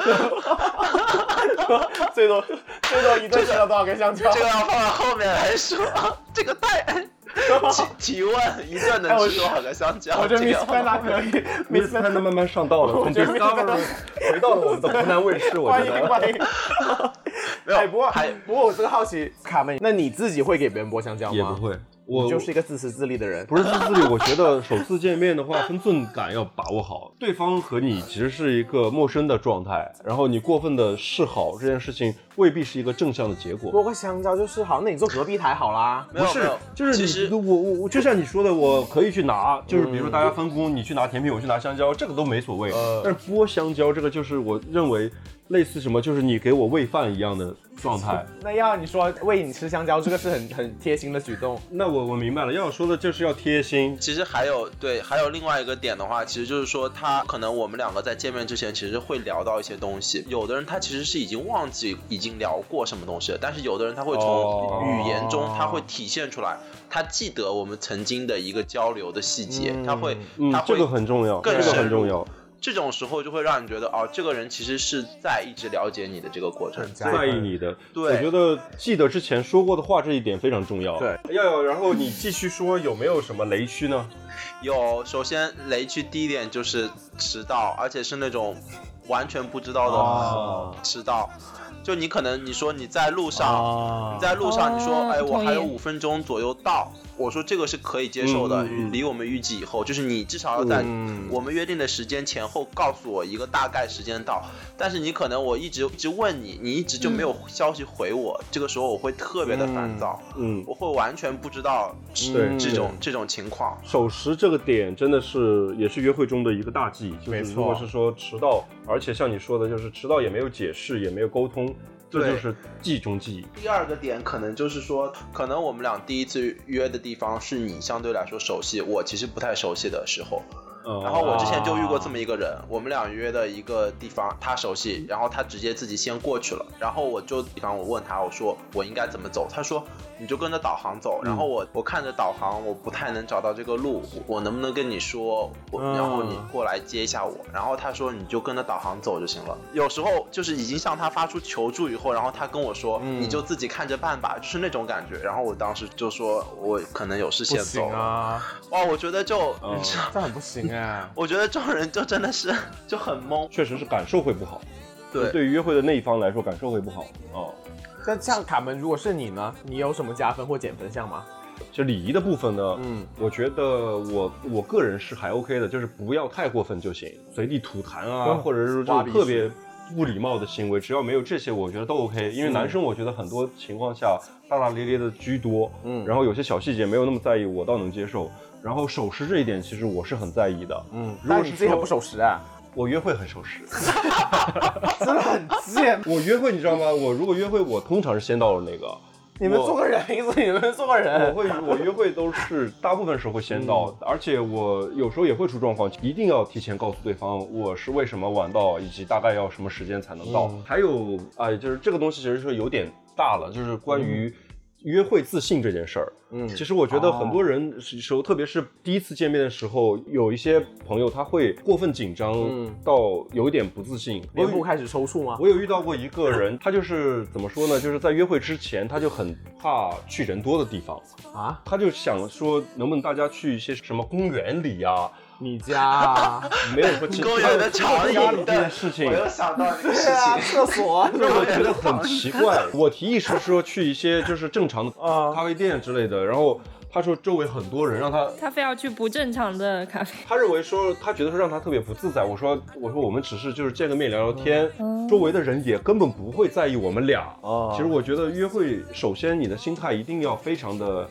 Speaker 7: 最多最多一顿吃了多少根香蕉？
Speaker 2: 这个要放在后面来说，这个太提提问一顿能吃多少个香蕉？
Speaker 7: 我觉得 Miss Panda 可以
Speaker 5: ，Miss Panda 慢慢上道了，从 Discovery 回到了我们的湖南卫视，我觉得。
Speaker 7: 欢迎欢迎。没有，哎、不过还不过我这个好奇，卡门，那你自己会给别人剥香蕉吗？
Speaker 5: 也不会。我
Speaker 7: 就是一个自私自利的人，
Speaker 5: 不是自私自利。我觉得首次见面的话，分寸感要把握好。对方和你其实是一个陌生的状态，然后你过分的示好这件事情未必是一个正向的结果。
Speaker 7: 剥个香蕉就是好，那你坐隔壁台好啦。
Speaker 2: 不是，
Speaker 5: 就是你我我就像你说的，我可以去拿，就是比如说大家分工，你去拿甜品，我去拿香蕉，这个都没所谓。呃、但是剥香蕉这个就是我认为类似什么，就是你给我喂饭一样的状态。
Speaker 7: 那要你说喂你吃香蕉，这个是很很贴心的举动。
Speaker 5: 那我我明白了，要说的就是要贴心。
Speaker 2: 其实还有对，还有另外一个点的话，其实就是说他可能我们两个在见面之前，其实会聊到一些东西。有的人他其实是已经忘记已经聊过什么东西了，但是有的人他会从语言中他会体现出来，他记得我们曾经的一个交流的细节，嗯、他会他会
Speaker 5: 这个很重要，这个很重要。
Speaker 2: 这种时候就会让你觉得哦，这个人其实是在一直了解你的这个过程，
Speaker 5: 在意你的。
Speaker 2: 对，
Speaker 5: 我觉得记得之前说过的话这一点非常重要。
Speaker 7: 对，
Speaker 5: 要有。然后你继续说有没有什么雷区呢？
Speaker 2: 有，首先雷区第一点就是迟到，而且是那种完全不知道的迟到。哦，就你可能你说你在路上，哦、你在路上你说，哦、哎，我还有五分钟左右到。我说这个是可以接受的，嗯、离我们预计以后，就是你至少要在我们约定的时间前后告诉我一个大概时间到。但是你可能我一直一直问你，你一直就没有消息回我，嗯、这个时候我会特别的烦躁，嗯，我会完全不知道对这种这种情况。
Speaker 5: 守时这个点真的是也是约会中的一个大忌，就是如果是说迟到，而且像你说的，就是迟到也没有解释，也没有沟通。这就是记中记。
Speaker 2: 第二个点可能就是说，可能我们俩第一次约的地方是你相对来说熟悉，我其实不太熟悉的时候。然后我之前就遇过这么一个人，我们俩约的一个地方，他熟悉，然后他直接自己先过去了，然后我就地方我问他，我说我应该怎么走，他说你就跟着导航走，然后我我看着导航，我不太能找到这个路，我能不能跟你说，然后你过来接一下我，然后他说你就跟着导航走就行了。有时候就是已经向他发出求助以后，然后他跟我说，嗯、你就自己看着办吧，就是那种感觉。然后我当时就说我可能有事先走了。
Speaker 7: 啊、
Speaker 2: 哇，我觉得就、
Speaker 7: 嗯、这很不行哎。
Speaker 2: 我觉得这种人就真的是就很懵，
Speaker 5: 确实是感受会不好。
Speaker 2: 对，
Speaker 5: 对于约会的那一方来说，感受会不好哦。
Speaker 7: 那像卡门，如果是你呢？你有什么加分或减分项吗？
Speaker 5: 就礼仪的部分呢，嗯，我觉得我我个人是还 OK 的，就是不要太过分就行，随地吐痰啊，嗯、或者是这种特别不礼貌的行为，只要没有这些，我觉得都 OK。因为男生我觉得很多情况下大大咧咧的居多，嗯，然后有些小细节没有那么在意，我倒能接受。然后守时这一点，其实我是很在意的，嗯，
Speaker 7: 如果你自己很不守时啊。
Speaker 5: 我约会很守时，
Speaker 7: 真的很贱。
Speaker 5: 我约会你知道吗？我如果约会，我通常是先到了那个。
Speaker 7: 你们做个人，意思你们做个人。
Speaker 5: 我会，我约会都是大部分时候会先到，嗯、而且我有时候也会出状况，一定要提前告诉对方我是为什么晚到，以及大概要什么时间才能到。嗯、还有啊、呃，就是这个东西其实是有点大了，就是关于。嗯约会自信这件事儿，嗯，其实我觉得很多人时候，哦、特别是第一次见面的时候，有一些朋友他会过分紧张，嗯，到有一点不自信，
Speaker 7: 脸部开始抽搐吗？
Speaker 5: 我有遇到过一个人，他就是怎么说呢？就是在约会之前，他就很怕去人多的地方啊，他就想说，能不能大家去一些什么公园里呀、啊？
Speaker 7: 你家啊，
Speaker 5: 没有说
Speaker 2: 公园的长椅
Speaker 5: 家里这件事情，
Speaker 2: 我又想到这个事情，
Speaker 7: 厕所
Speaker 5: 让我觉得很奇怪。我提议是说去一些就是正常的咖啡店之类的，然后他说周围很多人，让他
Speaker 6: 他非要去不正常的咖啡。
Speaker 5: 他认为说他觉得说让他特别不自在。我说我说我们只是就是见个面聊聊天，嗯、周围的人也根本不会在意我们俩。哦、其实我觉得约会首先你的心态一定要非常的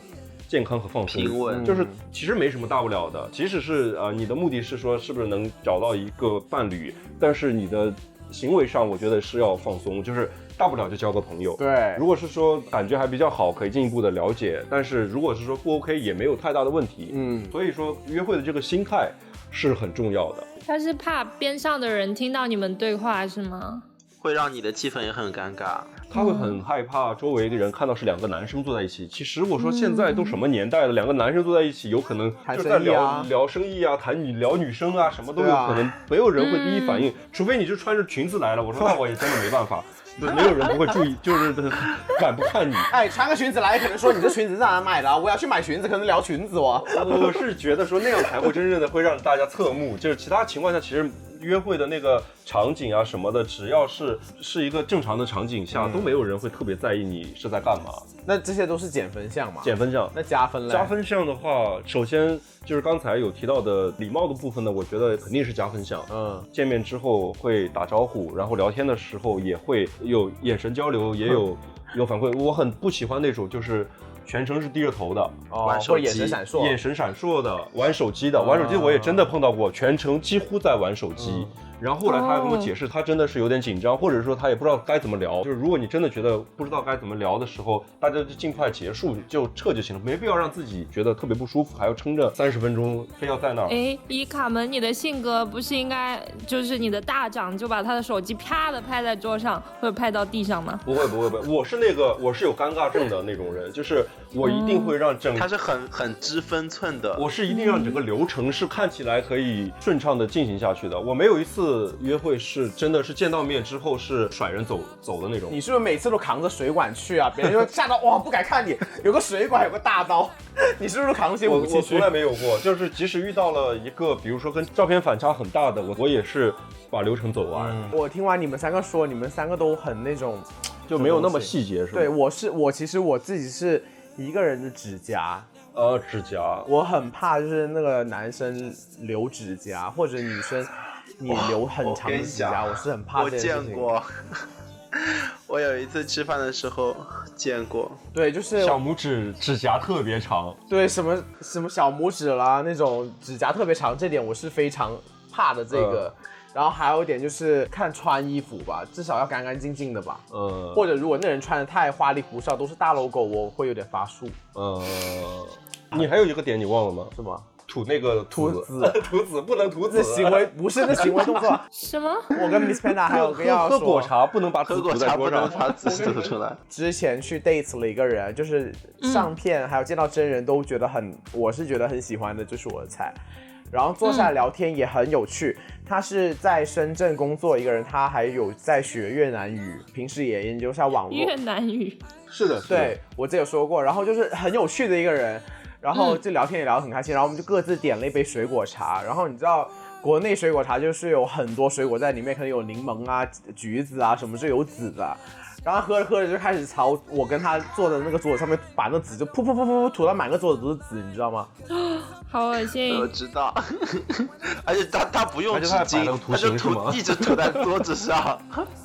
Speaker 5: 健康和放松，
Speaker 2: 平稳，
Speaker 5: 就是其实没什么大不了的。即使是呃你的目的是说是不是能找到一个伴侣，但是你的行为上我觉得是要放松，就是大不了就交个朋友。
Speaker 7: 对，
Speaker 5: 如果是说感觉还比较好，可以进一步的了解，但是如果是说不 OK 也没有太大的问题。嗯，所以说约会的这个心态是很重要的。
Speaker 6: 他是怕边上的人听到你们对话是吗？
Speaker 2: 会让你的气氛也很尴尬。
Speaker 5: 他会很害怕周围的人看到是两个男生坐在一起。其实我说现在都什么年代了，两个男生坐在一起，有可能就在聊、啊、聊生意啊，谈女聊女生啊，什么都有可能，没有人会第一反应，嗯、除非你是穿着裙子来了。我说那我也真的没办法。没有人不会注意，就是敢不看你。
Speaker 7: 哎，穿个裙子来，可能说你这裙子在哪买的、啊？我要去买裙子，可能聊裙子哦。
Speaker 5: 我是觉得说那样才会真正的会让大家侧目，就是其他情况下其实约会的那个场景啊什么的，只要是是一个正常的场景下，嗯、都没有人会特别在意你是在干嘛。
Speaker 7: 那这些都是减分项嘛？
Speaker 5: 减分项。
Speaker 7: 那加分嘞？
Speaker 5: 加分项的话，首先就是刚才有提到的礼貌的部分呢，我觉得肯定是加分项。嗯，见面之后会打招呼，然后聊天的时候也会有眼神交流，也有、嗯、有反馈。我很不喜欢那种就是全程是低着头的，
Speaker 7: 哦、玩手机，眼神闪烁，
Speaker 5: 眼神闪烁的，玩手机的，玩手机我也真的碰到过，全程几乎在玩手机。嗯，然后后来他还跟我解释，他真的是有点紧张，或者说他也不知道该怎么聊。就是如果你真的觉得不知道该怎么聊的时候，大家就尽快结束就撤就行了，没必要让自己觉得特别不舒服，还要撑着三十分钟非要在那儿。
Speaker 6: 哎，以卡门你的性格，不是应该就是你的大掌就把他的手机啪的拍在桌上，或者拍到地上吗？
Speaker 5: 不会不会不会，我是那个我是有尴尬症的那种人，就是我一定会让整、
Speaker 2: 嗯、他是很很知分寸的，
Speaker 5: 我是一定让整个流程是看起来可以顺畅的进行下去的。我没有一次约会是真的是见到面之后是甩人走走的那种。
Speaker 7: 你是不是每次都扛着水管去啊？别人就吓到哇不敢看你，有个水管有个大刀，你是不是扛些武器去？
Speaker 5: 我我从来没有过，就是即使遇到了一个比如说跟照片反差很大的，我我也是把流程走完。嗯、
Speaker 7: 我听完你们三个说，你们三个都很那种
Speaker 5: 就没有那么细节是吧？
Speaker 7: 对，我是我其实我自己是一个人的指甲。
Speaker 5: 呃，指甲，
Speaker 7: 我很怕就是那个男生留指甲，或者女生你留很长的指甲， 我, 我是很怕这件事情。
Speaker 2: 我见过，我有一次吃饭的时候见过。
Speaker 7: 对，就是
Speaker 5: 小拇指指甲特别长。
Speaker 7: 对，什么什么小拇指啦，那种指甲特别长，这点我是非常怕的。这个。呃然后还有一点就是看穿衣服吧，至少要干干净净的吧。呃，或者如果那人穿的太花里胡哨，都是大 logo， 我会有点发怵。
Speaker 5: 呃，你还有一个点你忘了吗？
Speaker 7: 什么？
Speaker 5: 吐那个
Speaker 7: 吐籽，
Speaker 5: 吐籽不能吐籽。
Speaker 7: 行为不是那行为动作。
Speaker 6: 什么？
Speaker 7: 我跟 Miss Panda 还有个要
Speaker 5: 说，喝果茶不能把籽吐在桌上，
Speaker 2: 把籽吐出来。
Speaker 7: 之前去 dates 了一个人，就是上片、嗯、还有见到真人都觉得很，我是觉得很喜欢的，就是我的菜。然后坐下来聊天也很有趣、嗯、他是在深圳工作一个人，他还有在学越南语，平时也研究下网络。
Speaker 6: 越南语
Speaker 5: 是的，是的，
Speaker 7: 对，我之前有说过。然后就是很有趣的一个人，然后就聊天也聊得很开心、嗯、然后我们就各自点了一杯水果茶。然后你知道国内水果茶就是有很多水果在里面，可能有柠檬啊橘子啊什么是有籽的，然后喝着喝着就开始朝我跟他坐的那个桌子上面把那籽就噗噗噗噗吐到满个桌子都是籽，你知道吗？
Speaker 6: 好恶心！
Speaker 2: 我知道，而且他他不用纸巾，
Speaker 5: 他
Speaker 2: 就吐一直吐在桌子上。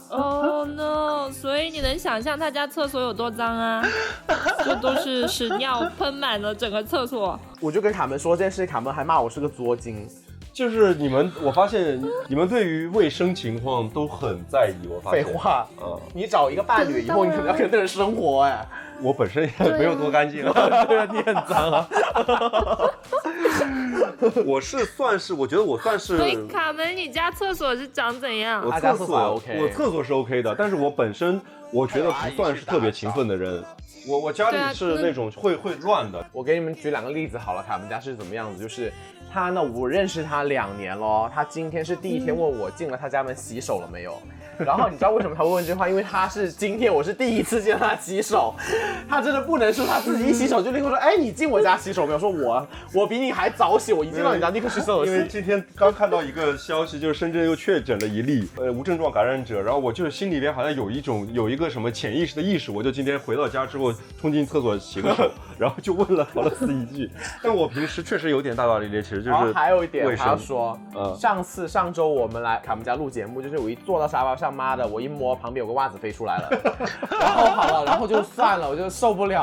Speaker 6: Oh no！ 所以你能想象他家厕所有多脏啊？就都是屎尿喷满了整个厕所。
Speaker 7: 我就跟卡门说这件事，卡门还骂我是个作精。
Speaker 5: 就是你们，我发现你们对于卫生情况都很在意。我发现。
Speaker 7: 废话，
Speaker 5: 嗯，
Speaker 7: 你找一个伴侣以后，你可能要跟那人生活哎。
Speaker 5: 我本身也没有多干净啊，
Speaker 7: 对啊，你很脏啊。
Speaker 5: 我是算是，我觉得我算是。
Speaker 6: 所以卡门，你家厕所是长怎样？
Speaker 5: 我厕所 OK， 我厕所是 OK 的，但是我本身我觉得不算是特别勤奋的人。我我家里是那种会会乱的。
Speaker 7: 我给你们举两个例子好了，卡门家是怎么样子，就是。他呢，我认识他两年了，他今天是第一天问我进了他家门洗手了没有。然后你知道为什么他会问这句话？因为他是今天我是第一次见他洗手，他真的不能说他自己一洗手就立刻说，哎，你进我家洗手没有？说我我比你还早洗，我一进到你家立刻去厕所洗。
Speaker 5: 因为今天刚看到一个消息，就是深圳又确诊了一例呃无症状感染者，然后我就是心里边好像有一种有一个什么潜意识的意识，我就今天回到家之后冲进厕所洗个手，然后就问了陶乐斯一句。但我平时确实有点大大咧咧，其实就是
Speaker 7: 然后还有一点还要说，嗯，上次上周我们来卡门家录节目，就是我一坐到沙发上，妈的，我一摸旁边有个袜子飞出来了，然后好了，然后就算了，我就受不了。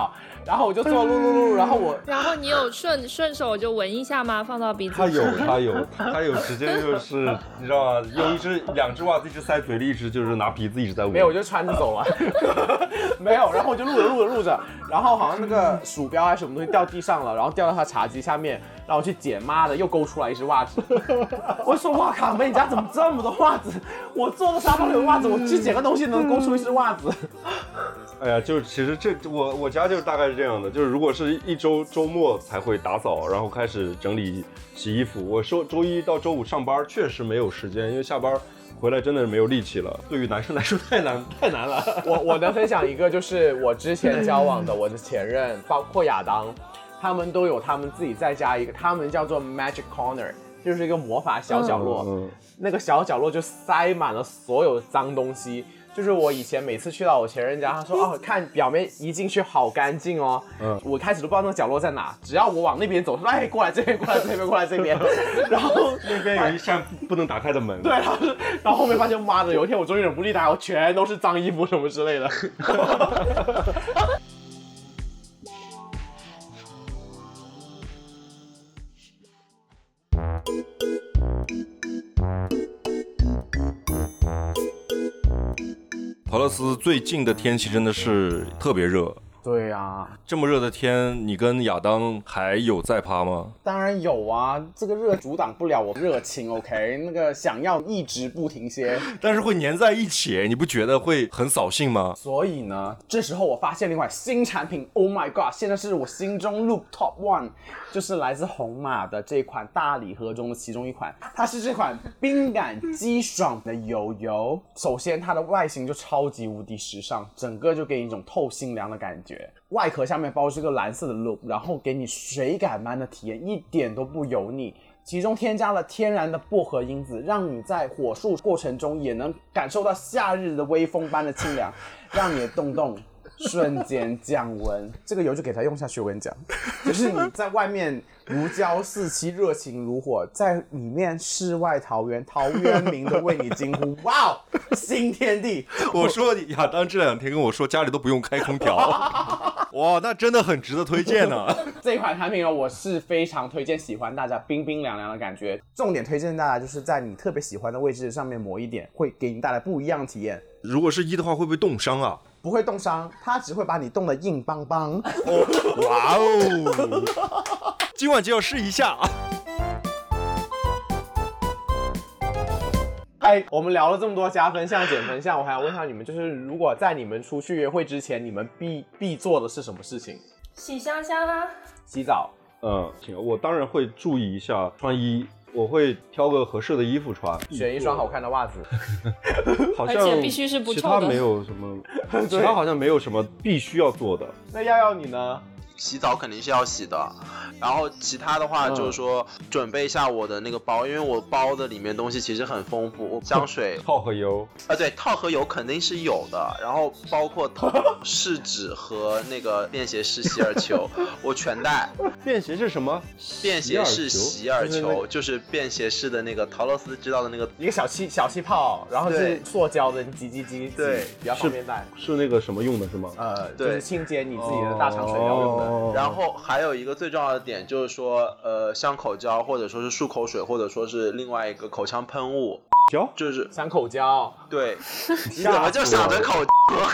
Speaker 7: 然后我就做录录录，然后我
Speaker 6: 然后你有顺顺手就闻一下吗？放到鼻子
Speaker 5: 他有他有他有直接就是你知道吗？用一只两只袜子一直塞嘴里，一直就是拿鼻子一直在闻。
Speaker 7: 没有，我就穿着走了。没有，然后我就录着录着录着，然后好像那个鼠标还是什么东西掉地上了，然后掉到他茶几下面，让我去捡，妈的又勾出来一只袜子。我说哇卡梅，你家怎么这么多袜子？我坐的沙发里有袜子，我去捡个东西能勾出一只袜子。
Speaker 5: 哎呀，就是其实这我我家就是大概是这样的，就是如果是一周周末才会打扫，然后开始整理洗衣服。我周周一到周五上班确实没有时间，因为下班回来真的是没有力气了。对于男生来说太难太难了。
Speaker 7: 我我能分享一个，就是我之前交往的我的前任，包括亚当，他们都有他们自己在家一个，他们叫做 Magic Corner， 就是一个魔法小角落。嗯嗯、那个小角落就塞满了所有脏东西。就是我以前每次去到我前任家，他说哦，看表面一进去好干净哦。嗯，我开始都不知道那个角落在哪，只要我往那边走，说哎过来这边，过来这边，过来这边，然后
Speaker 5: 那边有一扇不能打开的门。
Speaker 7: 对，然后然后后面发现妈的，有一天我终于忍不住打开，我全都是脏衣服什么之类的。
Speaker 3: 陶乐斯最近的天气真的是特别热。
Speaker 7: 对啊，
Speaker 3: 这么热的天，你跟亚当还有在趴吗？
Speaker 7: 当然有啊，这个热阻挡不了我热情 ，OK， 那个想要一直不停歇，
Speaker 3: 但是会粘在一起，你不觉得会很扫兴吗？
Speaker 7: 所以呢，这时候我发现另外新产品 ，Oh my god， 现在是我心中 Loop Top One， 就是来自红马的这款大礼盒中的其中一款，它是这款冰感激爽的油油。首先它的外形就超级无敌时尚，整个就给你一种透心凉的感觉。外壳下面包着个蓝色的 loop， 然后给你水感般的体验，一点都不油腻。其中添加了天然的薄荷因子，让你在火速过程中也能感受到夏日的微风般的清凉，让你的洞洞瞬间降温。这个油就给它用下去，我跟你讲，就是你在外面如胶似漆，热情如火，在里面世外桃源，陶渊明都为你惊呼：哇哦，新天地！
Speaker 3: 我说亚当这两天跟我说家里都不用开空调，哇，那真的很值得推荐呢、啊。
Speaker 7: 这款产品呢，我是非常推荐，喜欢大家冰冰凉凉的感觉。重点推荐大家就是在你特别喜欢的位置上面抹一点，会给你带来不一样的体验。
Speaker 3: 如果是一的话，会不会冻伤啊？
Speaker 7: 不会冻伤，它只会把你冻得硬邦邦。
Speaker 3: 哦，哇哦！今晚就要试一下啊！
Speaker 7: 哎，我们聊了这么多加分项、减分项，我还想问一下你们，就是如果在你们出去约会之前，你们必必做的是什么事情？
Speaker 6: 洗香香啊，
Speaker 7: 洗澡。
Speaker 5: 嗯，我当然会注意一下穿衣，我会挑个合适的衣服穿，
Speaker 7: 选一双好看的袜子。
Speaker 5: 好像
Speaker 6: 而且必须是不臭的，
Speaker 5: 其他没有什么，其他好像没有什么必须要做的。
Speaker 7: 那耀耀你呢？
Speaker 2: 洗澡肯定是要洗的，然后其他的话就是说、嗯、准备一下我的那个包，因为我包的里面东西其实很丰富，香水、
Speaker 5: 套和油
Speaker 2: 啊，对，套和油肯定是有的，然后包括试纸和那个便携式洗耳球，我全带。
Speaker 5: 便携是什么？
Speaker 2: 便携式洗耳球，就是、就是便携式的那个陶乐斯知道的那个
Speaker 7: 一个小气小气泡，然后是塑胶的，你挤挤挤挤，
Speaker 2: 对，
Speaker 7: 比较方便带。
Speaker 5: 是那个什么用的是吗？
Speaker 7: 呃，对，就是清洁你自己的大肠水要用的。
Speaker 5: 哦
Speaker 2: 然后还有一个最重要的点就是说，呃，香口胶或者说是漱口水，或者说是另外一个口腔喷雾
Speaker 5: 胶，
Speaker 2: 就是
Speaker 7: 香口胶。
Speaker 2: 对，你怎么就想着口胶？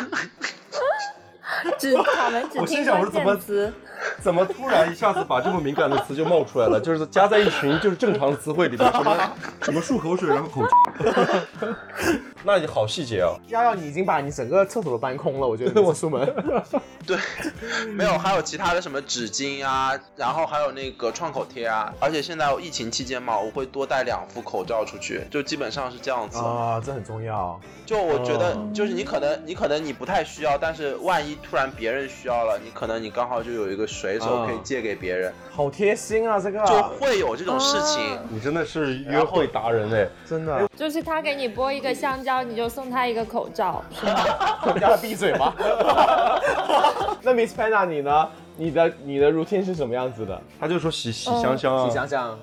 Speaker 6: 只我们只听关键词。
Speaker 5: 怎么突然一下子把这么敏感的词就冒出来了？就是加在一群就是正常的词汇里面，什么什么漱口水，然后口胶。那你好细节啊！
Speaker 7: 耀耀，你已经把你整个厕所都搬空了，我觉得我出门。
Speaker 2: 对，没有，还有其他的什么纸巾啊，然后还有那个创口贴啊，而且现在疫情期间嘛，我会多带两副口罩出去，就基本上是这样子
Speaker 7: 啊，这很重要。
Speaker 2: 就我觉得，就是你可能你可能你不太需要，但是万一突然别人需要了，你可能你刚好就有一个水手可以借给别人，
Speaker 7: 好贴心啊，这个
Speaker 2: 就会有这种事情。
Speaker 7: 啊、
Speaker 5: 你真的是约会达人哎，
Speaker 7: 真的。
Speaker 6: 就是他给你剥一个香蕉，你就送他一个口罩，是吗？
Speaker 7: 让他闭嘴吗？那 Miss Panda 你呢？你的你的 routine 是什么样子的？
Speaker 5: 他就说洗洗香香啊，
Speaker 7: 洗香香。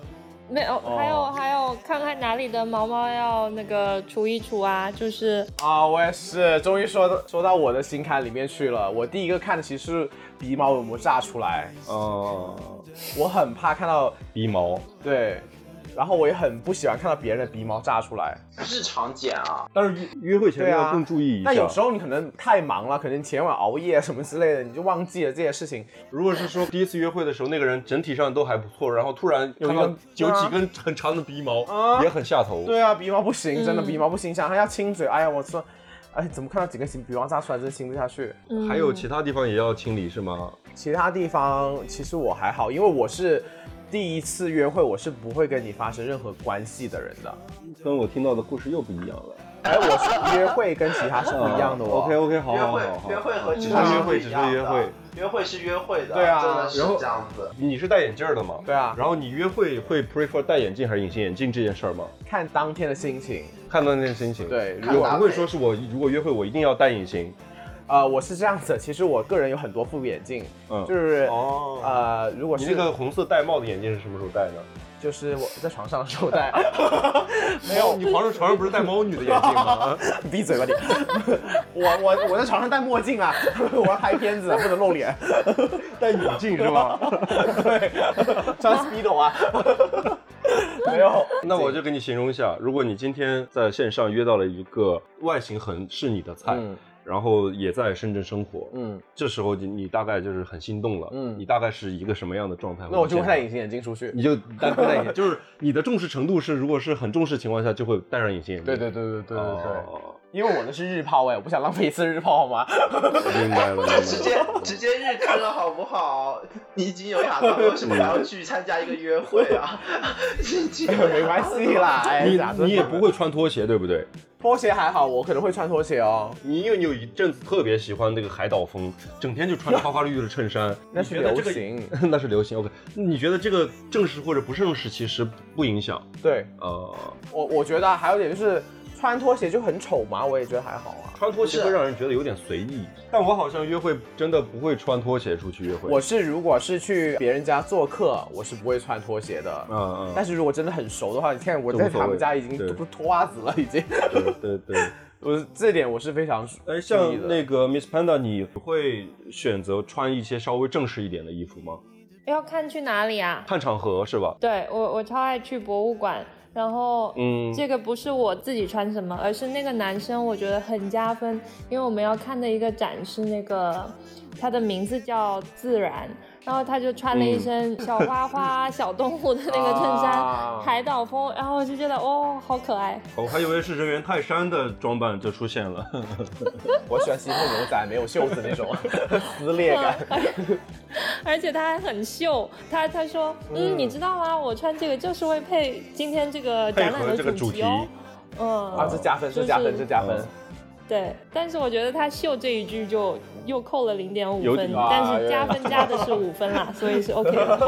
Speaker 6: 没有，
Speaker 5: 哦
Speaker 6: 还有还有，看看哪里的毛毛要那个除一除啊，就是
Speaker 7: 啊，我也是，终于说到说到我的心坎里面去了。我第一个看的其实是鼻毛有没有炸出来，
Speaker 5: 哦、
Speaker 7: 我很怕看到
Speaker 5: 鼻毛，
Speaker 7: 对，然后我也很不喜欢看到别人的鼻毛炸出来。
Speaker 2: 日常剪啊，
Speaker 5: 但是约约会前
Speaker 7: 对啊
Speaker 5: 要更注意一下。
Speaker 7: 但有时候你可能太忙了，可能前晚熬夜什么之类的，你就忘记了这些事情。
Speaker 5: 如果是说第一次约会的时候，那个人整体上都还不错，然后突然看到
Speaker 7: 有一个
Speaker 5: 有几根很长的鼻毛，
Speaker 7: 啊
Speaker 5: 也很下头。
Speaker 7: 对啊，鼻毛不行，真的
Speaker 6: 嗯
Speaker 7: 鼻毛不行，想还要亲嘴，哎呀，我说，哎，怎么看到几根鼻毛炸出来，真亲不下去。
Speaker 6: 嗯
Speaker 5: 还有其他地方也要清理是吗？
Speaker 7: 其他地方其实我还好，因为我是第一次约会，我是不会跟你发生任何关系的人的。
Speaker 5: 跟我听到的故事又不一样了。
Speaker 7: 哎，我是约会跟其他是不一样的哦。
Speaker 5: OK OK， 好
Speaker 2: 约会
Speaker 5: 好好好。
Speaker 2: 约会和
Speaker 5: 只
Speaker 2: 其他是
Speaker 5: 是约会，只
Speaker 2: 不一样的
Speaker 5: 是约会。
Speaker 2: 约会是约会的，
Speaker 7: 对啊
Speaker 2: 真的是
Speaker 5: 然后
Speaker 2: 这样子。
Speaker 5: 你是戴眼镜的吗？
Speaker 7: 对啊
Speaker 5: 然后你约会会 prefer 戴眼镜还是隐形眼镜这件事儿吗？
Speaker 7: 看当天的心情。
Speaker 5: 看到那件心情。
Speaker 7: 对
Speaker 5: 我不会说是我如果约会我一定要戴隐形。
Speaker 7: 呃，我是这样子的，其实我个人有很多副眼镜，
Speaker 5: 嗯
Speaker 7: 就是
Speaker 5: 哦
Speaker 7: 呃，如果是
Speaker 5: 你那个红色戴帽的眼镜是什么时候戴的？
Speaker 7: 就是我在床上的时候戴，
Speaker 5: 没有，你床上床上不是戴猫女的眼镜吗？
Speaker 7: 闭嘴吧你！我我我在床上戴墨镜啊，我要拍片子，不能露脸。
Speaker 5: 戴眼镜是吧？
Speaker 7: 对，穿 Speedo 啊。没有，
Speaker 5: 那我就给你形容一下，如果你今天在线上约到了一个外形很是你的菜，
Speaker 7: 嗯
Speaker 5: 然后也在深圳生活，
Speaker 7: 嗯，
Speaker 5: 这时候你你大概就是很心动了，
Speaker 7: 嗯
Speaker 5: 你大概是一个什么样的状态？
Speaker 7: 那我就会戴隐形眼镜出去。
Speaker 5: 你就单会戴眼镜，就是你的重视程度是，如果是很重视情况下，就会戴上隐形眼镜。
Speaker 7: 对对对对对对对。
Speaker 5: 哦
Speaker 7: 因为我的是日抛哎，我不想浪费一次日抛好吗？
Speaker 5: 明白了，明白了。
Speaker 2: 直接直接日更了好不好？你已经有亚当，为什么还要去参加一个约会啊？
Speaker 7: 没关系啦，哎，
Speaker 5: 你
Speaker 7: 假设
Speaker 5: 你也不会穿拖鞋，对不对？
Speaker 7: 拖鞋还好，我可能会穿拖鞋哦。
Speaker 5: 你因为你有一阵子特别喜欢那个海岛风，整天就穿着花花绿绿的衬衫，
Speaker 7: 那是
Speaker 5: 你觉得这个
Speaker 7: 流行，
Speaker 5: 那是流行。OK，你觉得这个正式或者不正式其实不影响？
Speaker 7: 对，
Speaker 5: 呃，
Speaker 7: 我我觉得还有一点就是穿拖鞋就很丑嘛，我也觉得还好啊。
Speaker 5: 穿拖鞋会让人觉得有点随意，但我好像约会真的不会穿拖鞋出去约会。
Speaker 7: 我是如果是去别人家做客，我是不会穿拖鞋的。
Speaker 5: 嗯嗯，
Speaker 7: 但是如果真的很熟的话，你看我在他们家已经
Speaker 5: 对
Speaker 7: 都脱袜子了，已经。
Speaker 5: 对对对。
Speaker 7: 我这点我是非常
Speaker 5: 哎，像那个 Miss Panda， 你会选择穿一些稍微正式一点的衣服吗？
Speaker 6: 要看去哪里啊？
Speaker 5: 看场合是吧？
Speaker 6: 对我我超爱去博物馆，然后
Speaker 5: 嗯，
Speaker 6: 这个不是我自己穿什么，而是那个男生我觉得很加分，因为我们要看的一个展是那个他的名字叫自然。然后他就穿了一身小花花、小动物的那个衬衫，
Speaker 7: 啊
Speaker 6: 海岛风，然后我就觉得哦，好可爱。
Speaker 5: 我还以为是人猿泰山的装扮就出现了。
Speaker 7: 我喜欢西部牛仔没有袖子那种撕裂感。
Speaker 6: 而且他还很秀，他他说，嗯，嗯你知道吗？我穿这个就是会配今天这个展览的主题哦。嗯，
Speaker 7: 啊，这加分，这加分，这加分。
Speaker 6: 对，但是我觉得他秀这一句就又扣了零点五分，
Speaker 7: 啊、
Speaker 6: 但是加分加的是五分啦，所以是 OK 的。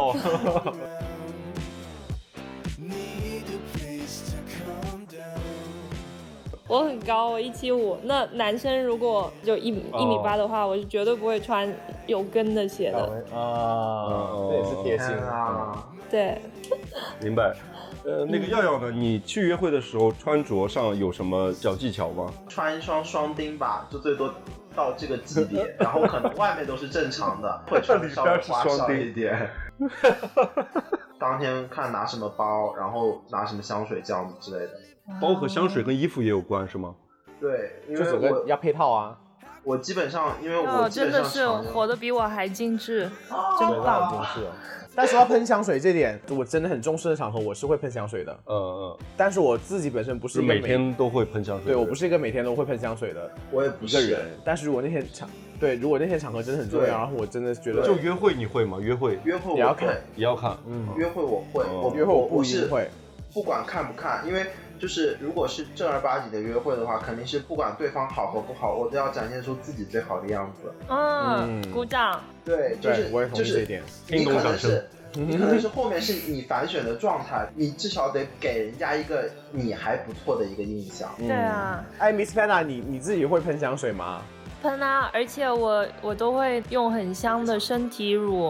Speaker 6: 我很高，我一七五。那男生如果就一一米八的话，我是绝对不会穿有跟的鞋的。
Speaker 7: 啊，这也是贴心
Speaker 2: 啊。
Speaker 6: 对，
Speaker 5: 明白。呃，那个耀耀呢？你去约会的时候穿着上有什么小技巧吗？
Speaker 2: 穿一双双钉吧，就最多到这个级别，然后可能外面都是正常的，会穿的稍微花哨一点。当天看拿什么包，然后拿什么香水这样子之类的。
Speaker 5: 包和香水跟衣服也有关是吗？
Speaker 2: 对，因为
Speaker 7: 这整个要配套啊。
Speaker 2: 我基本上，因为我
Speaker 6: 哦，
Speaker 2: 基本上
Speaker 6: 真的是活得比我还精致，真
Speaker 7: 对
Speaker 6: 棒。
Speaker 7: 真是。但说到喷香水这点，我真的很重视的场合，我是会喷香水的。
Speaker 5: 嗯嗯。
Speaker 7: 但是我自己本身不是
Speaker 5: 是每天都会喷香水。
Speaker 7: 对，我不是一个每天都会喷香水的，
Speaker 2: 我也不
Speaker 7: 一个人。但是如果那天场，对，如果那天场合真的很重要，然后我真的觉得，
Speaker 5: 就约会你会吗？约会，
Speaker 2: 约会
Speaker 7: 也要看，
Speaker 5: 也要看。
Speaker 2: 嗯，约会我会，我
Speaker 7: 约会我不一定会，
Speaker 2: 不管看不看，因为。就是如果是正儿八经的约会的话，肯定是不管对方好和不好，我都要展现出自己最好的样子。
Speaker 6: 嗯，鼓掌。
Speaker 2: 对，就是
Speaker 7: 我也同意这一点。
Speaker 2: 你可能是你可能是后面是你反选的状态，你至少得给人家一个你还不错的一个印象。
Speaker 6: 对啊。
Speaker 7: 哎 ，Miss Panda， 你你自己会喷香水吗？
Speaker 6: 喷啊，而且我我都会用很香的身体乳。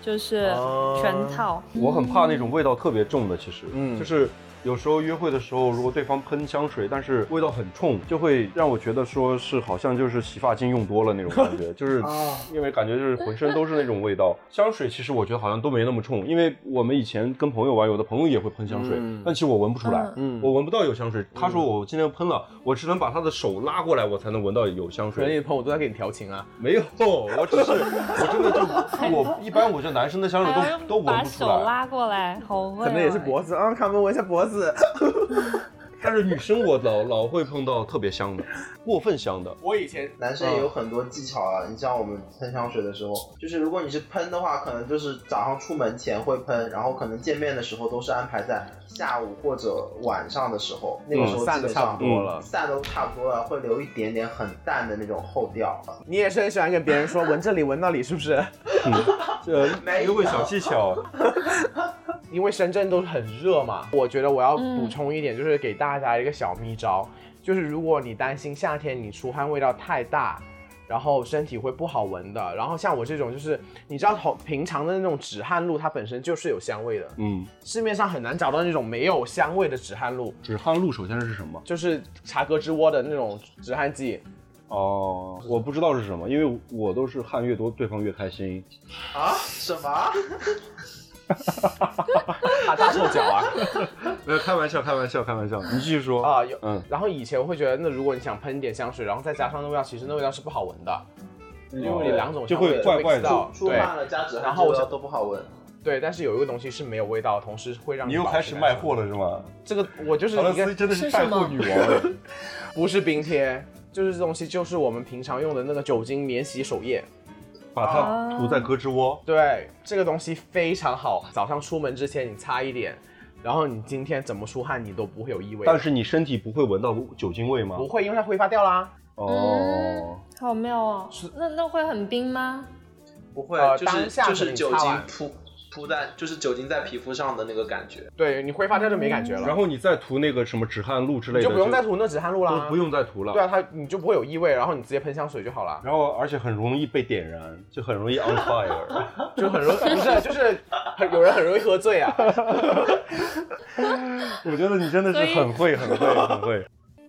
Speaker 6: 就是全套。
Speaker 5: 我很怕那种味道特别重的，其实，
Speaker 7: 嗯
Speaker 5: 就是有时候约会的时候，如果对方喷香水，但是味道很冲，就会让我觉得说是好像就是洗发精用多了那种感觉，就是因为感觉就是浑身都是那种味道。香水其实我觉得好像都没那么冲，因为我们以前跟朋友玩，有的朋友也会喷香水，
Speaker 7: 嗯、
Speaker 5: 但其实我闻不出来，
Speaker 7: 嗯，
Speaker 5: 我闻不到有香水。他说我今天喷了，我只能把他的手拉过来，我才能闻到有香水。
Speaker 7: 可能你的朋友都在给你调情啊？
Speaker 5: 没有，我只是我真的就我一般我觉得男生的香水都都闻
Speaker 6: 把
Speaker 5: 不出来。
Speaker 6: 手拉过来，好会、哦。
Speaker 7: 可能也是脖子啊，看我们闻一下脖子。
Speaker 5: 但是女生我老老会碰到特别香的，过分香的。
Speaker 7: 我以前
Speaker 2: 男生也有很多技巧啊，你像我们喷香水的时候，就是如果你是喷的话，可能就是早上出门前会喷，然后可能见面的时候都是安排在下午或者晚上的时候，那个时候
Speaker 7: 散的差不多了，
Speaker 2: 散都差不多了，会留一点点很淡的那种后调。
Speaker 7: 你也是很喜欢跟别人说闻这里闻那里，是不是？
Speaker 5: 嗯，这约会小技巧。
Speaker 7: 因为深圳都很热嘛，我觉得我要补充一点，就是给大家一个小秘招，嗯、就是如果你担心夏天你出汗味道太大，然后身体会不好闻的，然后像我这种就是你知道平常的那种止汗露，它本身就是有香味的，嗯，市面上很难找到那种没有香味的止汗露。
Speaker 5: 止汗露首先是什么？
Speaker 7: 就是茶格之窝的那种止汗剂。
Speaker 5: 哦，我不知道是什么，因为我都是汗越多，对方越开心。
Speaker 2: 啊？什么？
Speaker 7: 他大臭脚啊！
Speaker 5: 没有开玩笑，开玩笑，开玩笑。你继续说
Speaker 7: 啊，有嗯。然后以前我会觉得，那如果你想喷一点香水，然后再加上那味道，其实那味道是不好闻的，因为你两种
Speaker 5: 就会怪怪的，
Speaker 2: 出汗了加止汗，然后都不好闻。
Speaker 7: 对，但是有一个东西是没有味道，同时会让
Speaker 5: 你又开始卖货了是吗？
Speaker 7: 这个我就是
Speaker 5: 一个真的是带货女王，
Speaker 7: 不是冰贴，就是这东西，就是我们平常用的那个酒精免洗手液。
Speaker 5: 把它涂在胳肢窝、
Speaker 7: 哦、对，这个东西非常好，早上出门之前你擦一点，然后你今天怎么出汗你都不会有异味，
Speaker 5: 但是你身体不会闻到酒精味吗？
Speaker 7: 不会，因为它挥发掉啦。
Speaker 5: 哦、
Speaker 6: 嗯，好妙哦。那那会很冰吗？
Speaker 2: 不会，呃、就是就是酒精扑扑在，就是酒精在皮肤上的那个感觉。
Speaker 7: 对，你挥发掉就没感觉了。
Speaker 5: 然后你再涂那个什么止汗露之类的，
Speaker 7: 你就不用再涂那止汗露啦，
Speaker 5: 都不用再涂了。
Speaker 7: 对啊，它你就不会有异味，然后你直接喷香水就好了。
Speaker 5: 然后而且很容易被点燃，就很容易 on fire，
Speaker 7: 就很容易不是，就是很有人很容易喝醉啊。
Speaker 5: 我觉得你真的是很会，很会，很会。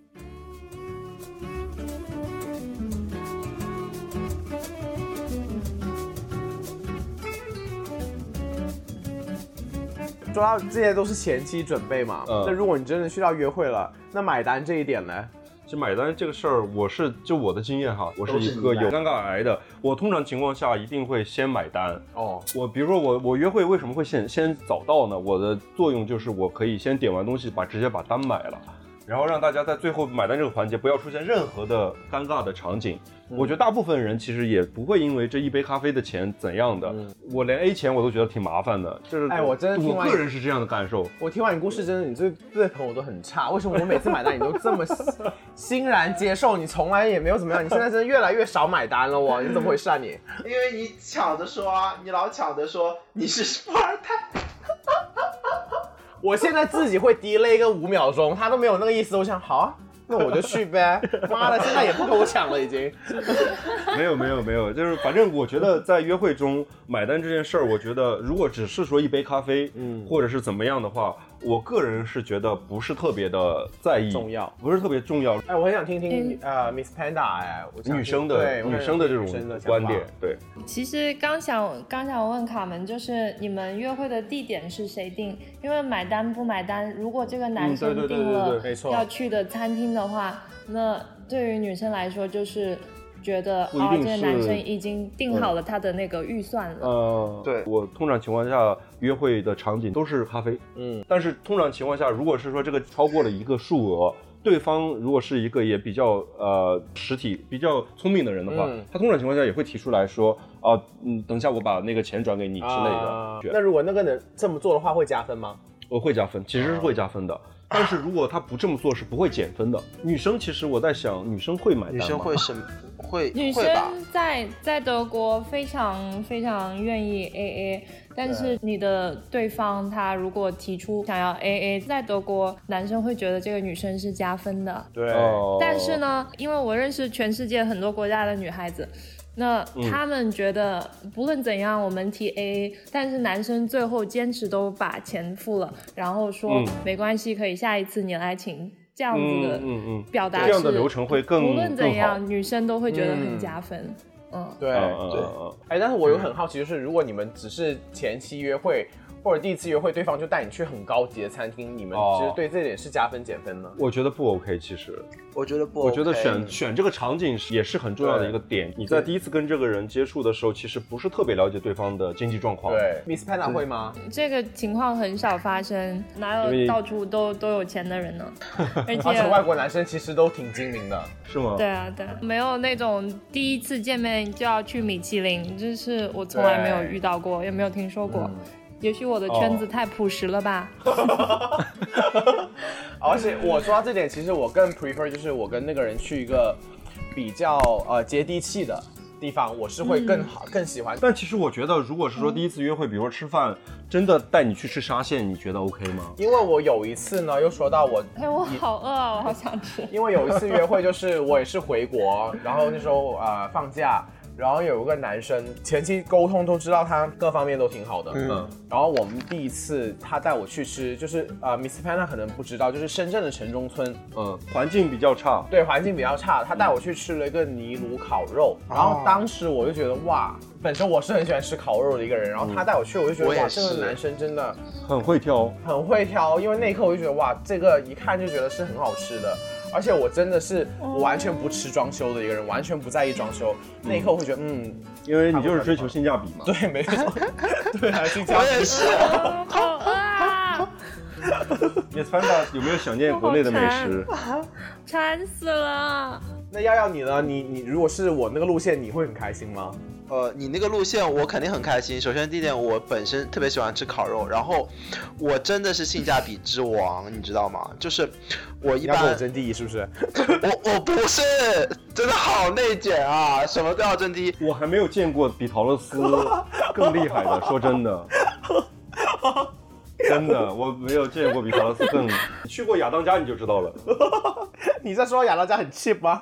Speaker 7: 说到这些都是前期准备嘛，嗯、那如果你真的去到约会了，那买单这一点呢？
Speaker 5: 其实买单这个事儿，我是就我的经验哈，我是一个有尴尬癌的，我通常情况下一定会先买单。哦，我比如说我我约会为什么会先先早到呢？我的作用就是我可以先点完东西，把直接把单买了。然后让大家在最后买单这个环节不要出现任何的尴尬的场景。嗯、我觉得大部分人其实也不会因为这一杯咖啡的钱怎样的，嗯、我连 A 钱我都觉得挺麻烦的。就是
Speaker 7: 哎，我真的听完
Speaker 5: 我个人是这样的感受。
Speaker 7: 我听完你故事，真的你这对朋友都很差。为什么我每次买单你都这么欣然接受？你从来也没有怎么样，你现在真的越来越少买单了哦，你怎么回事啊你？
Speaker 2: 因为你抢着说啊，你老抢着说你是富二代。
Speaker 7: 我现在自己会delay个五秒钟，他都没有那个意思，我想好啊，那我就去呗。妈的，现在也不跟我抢了，已经。
Speaker 5: 没有没有没有，就是反正我觉得在约会中买单这件事儿，我觉得如果只是说一杯咖啡，嗯，或者是怎么样的话，我个人是觉得不是特别的在意，
Speaker 7: 重要，
Speaker 5: 不是特别重要。
Speaker 7: 哎，我很想听听、嗯、呃 Miss Panda 哎，
Speaker 5: 女生的女生的这种观点，对。
Speaker 6: 其实刚想刚想问卡门，就是你们约会的地点是谁定？因为买单不买单，如果这个男生定了要去的餐厅的话，那对于女生来说就是觉得哦，这个男生已经定好了他的那个预算了。
Speaker 5: 嗯、呃，对，我通常情况下约会的场景都是咖啡，嗯，但是通常情况下，如果是说这个超过了一个数额，对方如果是一个也比较呃实体、比较聪明的人的话，嗯、他通常情况下也会提出来说，啊、呃，嗯，等一下我把那个钱转给你之类的。啊、
Speaker 7: 那如果那个人这么做的话，会加分吗？
Speaker 5: 我会加分，其实是会加分的。但是如果他不这么做是不会减分的。女生其实我在想，女生会买单吗？
Speaker 2: 女生会什么？ 会
Speaker 6: 女
Speaker 2: 会吧
Speaker 6: 生在在德国非常非常愿意 A A， 但是你的对方他如果提出想要 A A， 在德国男生会觉得这个女生是加分的。
Speaker 7: 对、
Speaker 5: 哦
Speaker 6: 但是呢，因为我认识全世界很多国家的女孩子，那他们觉得不论怎样我们提 A A， 但是男生最后坚持都把钱付了，然后说、
Speaker 5: 嗯、
Speaker 6: 没关系，可以下一次你来请。这样子的表达是、
Speaker 5: 嗯嗯嗯、这样的流程会更
Speaker 6: 无论怎样，女生都会觉得很加分。嗯，
Speaker 7: 嗯对
Speaker 5: 嗯
Speaker 7: 对。哎，但是我有很好奇，就是如果你们只是前期约会。或者第一次约会，对方就带你去很高级的餐厅，你们其实对这点是加分减分呢？
Speaker 5: 我觉得不 OK， 其实
Speaker 2: 我觉得不
Speaker 5: OK， 我觉得选
Speaker 7: 嗯
Speaker 5: 选这个场景也是很重要的一个点。你在第一次跟这个人接触的时候，其实不是特别了解对方的经济状况。
Speaker 7: 对 ，Miss Panda 会吗？
Speaker 6: 这个情况很少发生，哪有到处都都有钱的人呢？而且
Speaker 7: 而且外国男生其实都挺精明的，
Speaker 5: 是吗？
Speaker 6: 对啊，对啊，没有那种第一次见面就要去米其林，这是我从来没有遇到过，也没有听说过。嗯也许我的圈子太朴实了吧。
Speaker 7: 哦、而且我说到这点，其实我更 prefer 就是我跟那个人去一个比较呃接地气的地方，我是会更好、嗯、更喜欢。
Speaker 5: 但其实我觉得，如果是说第一次约会，比如说吃饭，真的带你去吃沙县，你觉得 OK 吗？
Speaker 7: 因为我有一次呢，又说到我，
Speaker 6: 哎，我好饿啊，我好想吃。
Speaker 7: 因为有一次约会，就是我也是回国，然后那时候呃放假。然后有一个男生，前期沟通都知道他各方面都挺好的，嗯。然后我们第一次他带我去吃，就是呃 ，Miss Panda 可能不知道，就是深圳的城中村，
Speaker 5: 嗯，环境比较差，
Speaker 7: 对，环境比较差。他带我去吃了一个尼炉烤肉，嗯、然后当时我就觉得哇，本身我是很喜欢吃烤肉的一个人，然后他带我去，我就觉得、嗯、哇，这个男生真的
Speaker 5: 很会挑，
Speaker 7: 很会挑。因为那一刻我就觉得哇，这个一看就觉得是很好吃的。而且我真的是我完全不吃装修的一个人，完全不在意装修。嗯、那一刻我会觉得，嗯，
Speaker 5: 因为你就是追求性价比嘛。
Speaker 7: 对，没错。对啊，性价比。
Speaker 2: 我也是。
Speaker 6: 好饿啊
Speaker 5: ！Miss Panda 有没有想念国内的美食？
Speaker 6: 馋死了。
Speaker 7: 那耀耀你呢？你你如果是我那个路线，你会很开心吗？
Speaker 2: 呃，你那个路线我肯定很开心。首先第一点，我本身特别喜欢吃烤肉，然后我真的是性价比之王，你知道吗？就是我一般
Speaker 7: 要跟我争第一是不是？
Speaker 2: 我我不是，真的好内卷啊，什么都要争第一。
Speaker 5: 我还没有见过比陶乐斯更厉害的，说真的。真的，我没有见过比陶乐斯更。你去过亚当家你就知道了。
Speaker 7: 你在说亚当家很 cheap 吗？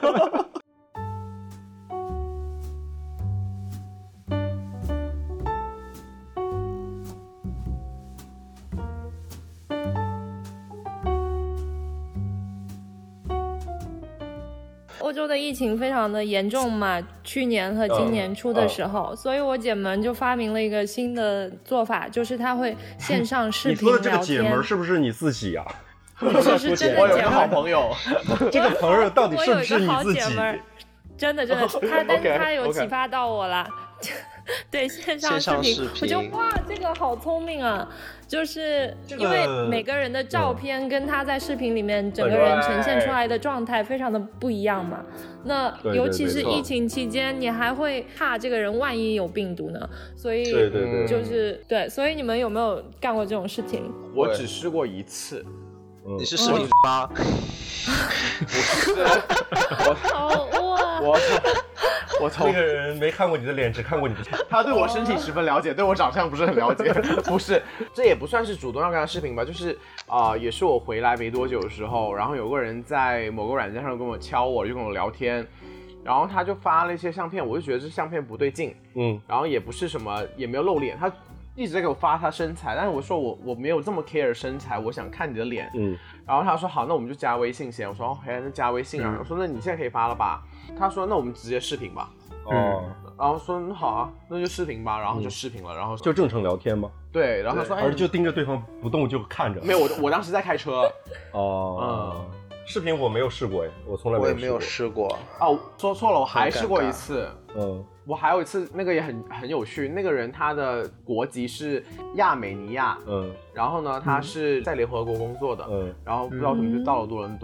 Speaker 6: 欧洲的疫情非常的严重嘛，去年和今年初的时候，嗯嗯、所以我姐们就发明了一个新的做法，就是她会线上视频聊天。
Speaker 5: 你说的这个姐们是不是你自己啊？
Speaker 6: 不是，是真的姐们。
Speaker 7: 我有个好朋友，
Speaker 5: 这个朋友到底是不是你自己？
Speaker 6: 真的真的，她但是她有启发到我啦。对，线上视频，
Speaker 2: 视频
Speaker 6: 我觉得哇，这个好聪明啊！就是因为每个人的照片跟他在视频里面整个人呈现出来的状态非常的不一样嘛。那尤其是疫情期间，你还会怕这个人万一有病毒呢，所以
Speaker 5: 对对对，
Speaker 6: 就是对。所以你们有没有干过这种事情？
Speaker 7: 我只试过一次。
Speaker 2: 你是视频吗？
Speaker 7: 不是，我
Speaker 6: 好哇！
Speaker 7: 我我从
Speaker 5: 那个人没看过你的脸，只看过你的。
Speaker 7: 他对我身体十分了解，对我长相不是很了解。不是，这也不算是主动要跟他视频吧，就是啊、呃，也是我回来没多久的时候，然后有个人在某个软件上跟我敲我，就跟我聊天，然后他就发了一些相片，我就觉得这相片不对劲，嗯，然后也不是什么，也没有露脸，他一直在给我发他身材，但是我说我我没有这么 care 身材，我想看你的脸，嗯，然后他说好，那我们就加微信先，我说 OK， 那加微信啊，嗯、我说那你现在可以发了吧？他说那我们直接视频吧，哦、嗯，然后说好啊，那就视频吧，然后就视频了，嗯、然后
Speaker 5: 就正常聊天吗？
Speaker 7: 对，然后他说，
Speaker 5: 而就盯着对方不动就看着，
Speaker 7: 没有，我我当时在开车，
Speaker 5: 哦，嗯，视频我没有试过哎，我从来没有
Speaker 2: 我也没有试过，
Speaker 7: 哦，说错了，我还试过一次，
Speaker 5: 嗯。
Speaker 7: 我还有一次，那个也很很有趣。那个人他的国籍是亚美尼亚，嗯，然后呢，他是在联合国工作的，嗯，然后不知道怎么就到了多伦多，嗯、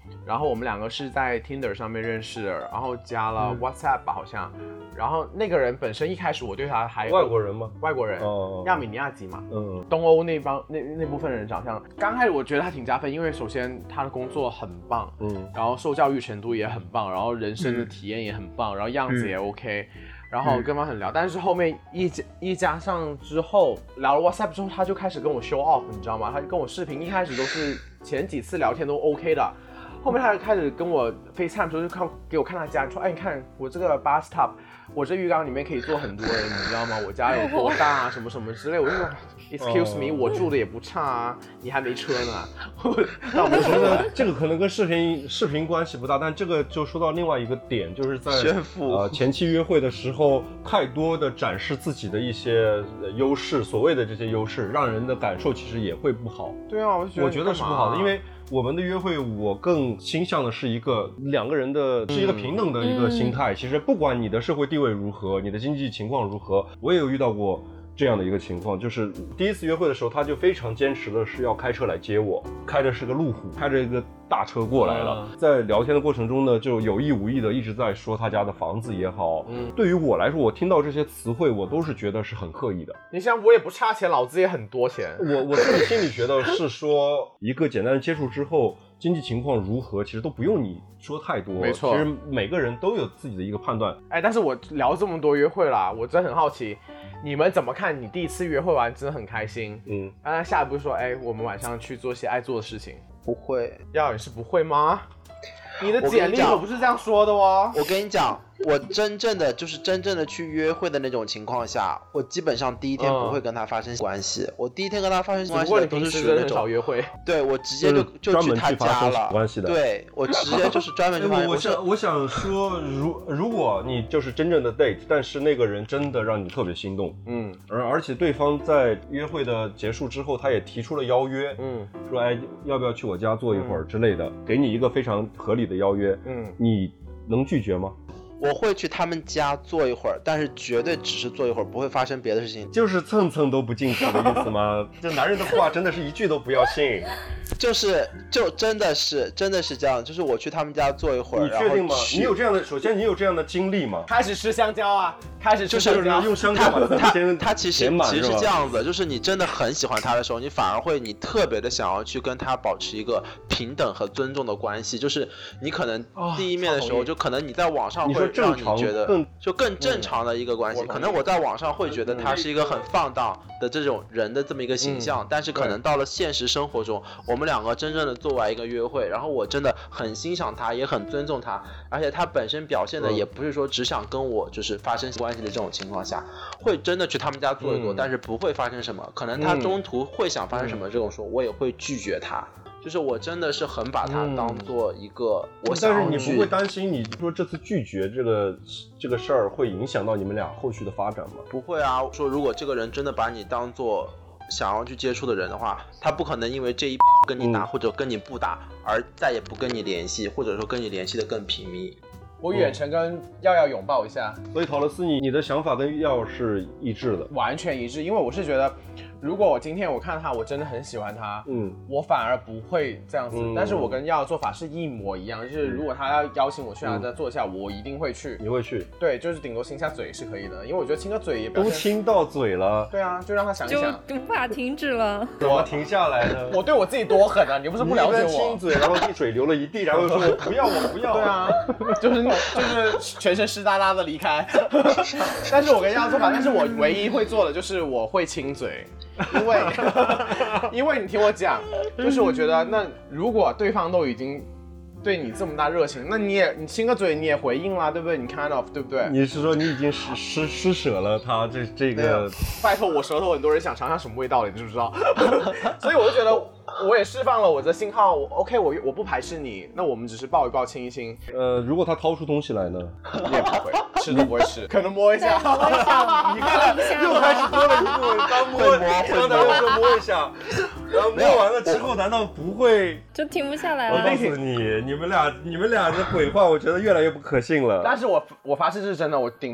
Speaker 7: 然后我们两个是在 Tinder 上面认识的，然后加了 WhatsApp 吧好像，然后那个人本身一开始我对他还
Speaker 5: 外国人吗？
Speaker 7: 外国人，
Speaker 5: 哦，
Speaker 7: 亚美尼亚籍嘛，
Speaker 5: 嗯，
Speaker 7: 东欧那帮那那部分人长相，刚开始我觉得他挺加分，因为首先他的工作很棒，嗯，然后受教育程度也很棒，然后人生的体验也很棒，然后样子也 OK。嗯，然后跟他很聊，但是后面一加一加上之后，聊了 WhatsApp 之后，他就开始跟我 show off， 你知道吗？他就跟我视频，一开始都是前几次聊天都 OK 的，后面他就开始跟我 FaceTime 的时候就看给我看他家，说，哎，你看我这个 bathtub， 我这浴缸里面可以坐很多人，你知道吗？我家有多大啊，什么什么之类，我就说 excuse me， 我住的也不差啊，你还没车呢。
Speaker 5: 但我觉得这个可能跟视频视频关系不大，但这个就说到另外一个点，就是在呃前期约会的时候，太多的展示自己的一些优势，所谓的这些优势，让人的感受其实也会不好。
Speaker 7: 对啊，我就觉得
Speaker 5: 我觉得是不好的，因为我们的约会，我更倾向的是一个两个人的是一个平等的一个心态。嗯、其实不管你的社会地位如何，你的经济情况如何，我也有遇到过这样的一个情况，就是第一次约会的时候，他就非常坚持的是要开车来接我，开的是个路虎，开着一个大车过来了。嗯、在聊天的过程中呢，就有意无意的一直在说他家的房子也好。嗯，对于我来说，我听到这些词汇，我都是觉得是很刻意的。
Speaker 7: 你想，我也不差钱，老子也很多钱。
Speaker 5: 我我自己心里觉得是说，一个简单的接触之后，经济情况如何，其实都不用你说太多。
Speaker 7: 没错，
Speaker 5: 其实每个人都有自己的一个判断。
Speaker 7: 哎，但是我聊这么多约会啦，我真的很好奇。你们怎么看？你第一次约会完真的很开心，嗯，然后下一步说，哎，我们晚上去做些爱做的事情。
Speaker 2: 不会，
Speaker 7: 耀宇是不会吗？你的简历可不是这样说的哦。
Speaker 2: 我跟你讲，我真正的就是真正的去约会的那种情况下，我基本上第一天不会跟他发生关系。嗯、我第一天跟他发生关系的都是属于那种
Speaker 7: 约会，
Speaker 2: 对我直接就就去他家了。
Speaker 5: 关系的，
Speaker 2: 对我直接就是专门去发生关系。
Speaker 5: 我想我想说，如如果你就是真正的 date， 但是那个人真的让你特别心动，嗯，而而且对方在约会的结束之后，他也提出了邀约，嗯，说哎要不要去我家坐一会儿之类的，嗯、给你一个非常合理的邀约，嗯，你能拒绝吗？
Speaker 2: 我会去他们家坐一会儿，但是绝对只是坐一会儿，不会发生别的事情。
Speaker 5: 就是蹭蹭都不进去的意思吗？这男人的话真的是一句都不要信。
Speaker 2: 就是就真的是真的是这样，就是我去他们家坐一会儿。
Speaker 5: 你确定吗？你有这样的，首先你有这样的经历吗？
Speaker 7: 开始吃香蕉啊，开始吃香蕉，
Speaker 5: 就是用香蕉把自己先
Speaker 2: 他其实其实是这样子，就是你真的很喜欢他的时候，你反而会你特别的想要去跟他保持一个平等和尊重的关系。就是你可能第一面的时候，就可能你在网上会让你觉得就更正常的一个关系。可能我在网上会觉得他是一个很放荡的这种人的这么一个形象，但是可能到了现实生活中，我们两个真正的做完一个约会，然后我真的很欣赏他，也很尊重他，而且他本身表现的也不是说只想跟我就是发生关系的这种情况下，会真的去他们家坐一坐，但是不会发生什么。可能他中途会想发生什么这种说，我也会拒绝他。就是我真的是很把他当做一个我想要去、
Speaker 5: 嗯、但是你不会担心你说这次拒绝这个这个事儿会影响到你们俩后续的发展吗？
Speaker 2: 不会啊，说如果这个人真的把你当做想要去接触的人的话，他不可能因为这一跟你打、嗯、或者跟你不打而再也不跟你联系，或者说跟你联系的更频密。
Speaker 7: 我远程跟耀耀拥抱一下。
Speaker 5: 所以陶乐斯，你你的想法跟耀是一致的，
Speaker 7: 完全一致。因为我是觉得，如果我今天我看他，我真的很喜欢他，嗯，我反而不会这样子。嗯、但是我跟耀的做法是一模一样，就是如果他要邀请我去他家坐一下，嗯、我一定会去。
Speaker 5: 你会去？
Speaker 7: 对，就是顶多亲下嘴是可以的，因为我觉得亲个嘴也表现
Speaker 5: 都亲到嘴了。
Speaker 7: 对啊，就让他想一想，
Speaker 6: 就无法停止了。
Speaker 5: 怎么停下来呢？
Speaker 7: 我对我自己多狠啊！你不是不了解我？
Speaker 5: 亲嘴，然后地水流了一地，然后说我不要，我不要。
Speaker 7: 对啊，就是就是全身湿哒哒的离开。但是我跟耀做法，但是我唯一会做的就是我会亲嘴。因为，因为你听我讲，就是我觉得，那如果对方都已经对你这么大热情，那你也你亲个嘴，你也回应啦，对不对？你 kind of 对不对？
Speaker 5: 你是说你已经施施施舍了他这这个？
Speaker 7: 拜托，我舌头很多人想尝尝什么味道了，你知不知道？所以我就觉得。我也释放了我的信号，我 OK， 我我不排斥你，那我们只是抱一抱、亲一亲。
Speaker 5: 呃，如果他掏出东西来呢？
Speaker 7: 你也不会，吃都不会吃，可能摸一下。
Speaker 5: 你看，又开始多了一步，刚摸，刚才又说摸一下，然后摸完了之后，难道不会
Speaker 6: 就停不下来了？
Speaker 5: 我告诉你，你们俩你们俩的鬼话，我觉得越来越不可信了。
Speaker 7: 但是我我发誓这是真的，我顶多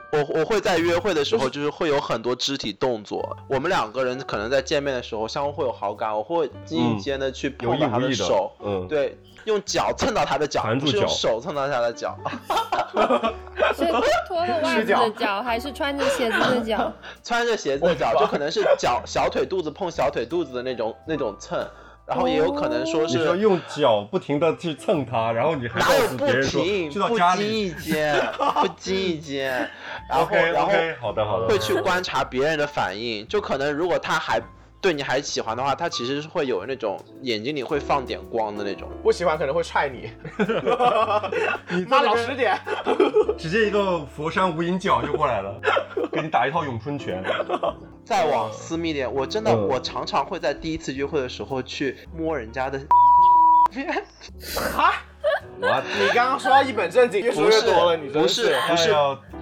Speaker 2: 我我会在约会的时候，就是会有很多肢体动作。我们两个人可能在见面的时候相互会有好感，我会经意间的去碰到他的手，
Speaker 5: 嗯，
Speaker 2: 对，用脚蹭到他的脚，不是用手蹭到他的脚。
Speaker 6: 是脱了袜子的脚，还是穿着鞋子的脚？
Speaker 2: 穿着鞋子的脚，就可能是脚小腿肚子碰小腿肚子的那种那种蹭。然后也有可能说是
Speaker 5: 你说用脚不停的去蹭它，然后你还告诉别人说去到家里，
Speaker 2: 不经意间，不经意间，然后
Speaker 5: OK,
Speaker 2: 然后
Speaker 5: OK, 好的好的，
Speaker 2: 会去观察别人的反应，就可能如果他还对你还喜欢的话，他其实是会有那种眼睛里会放点光的那种。
Speaker 7: 不喜欢可能会踹你，
Speaker 5: 你
Speaker 7: 妈老实点，
Speaker 5: 直接一个佛山无影脚就过来了，给你打一套咏春拳。
Speaker 2: 再往私密点，我真的、
Speaker 5: 嗯、
Speaker 2: 我常常会在第一次约会的时候去摸人家的。
Speaker 7: 哈？你刚刚说到一本正经，越说越多了，你真
Speaker 2: 不是不是。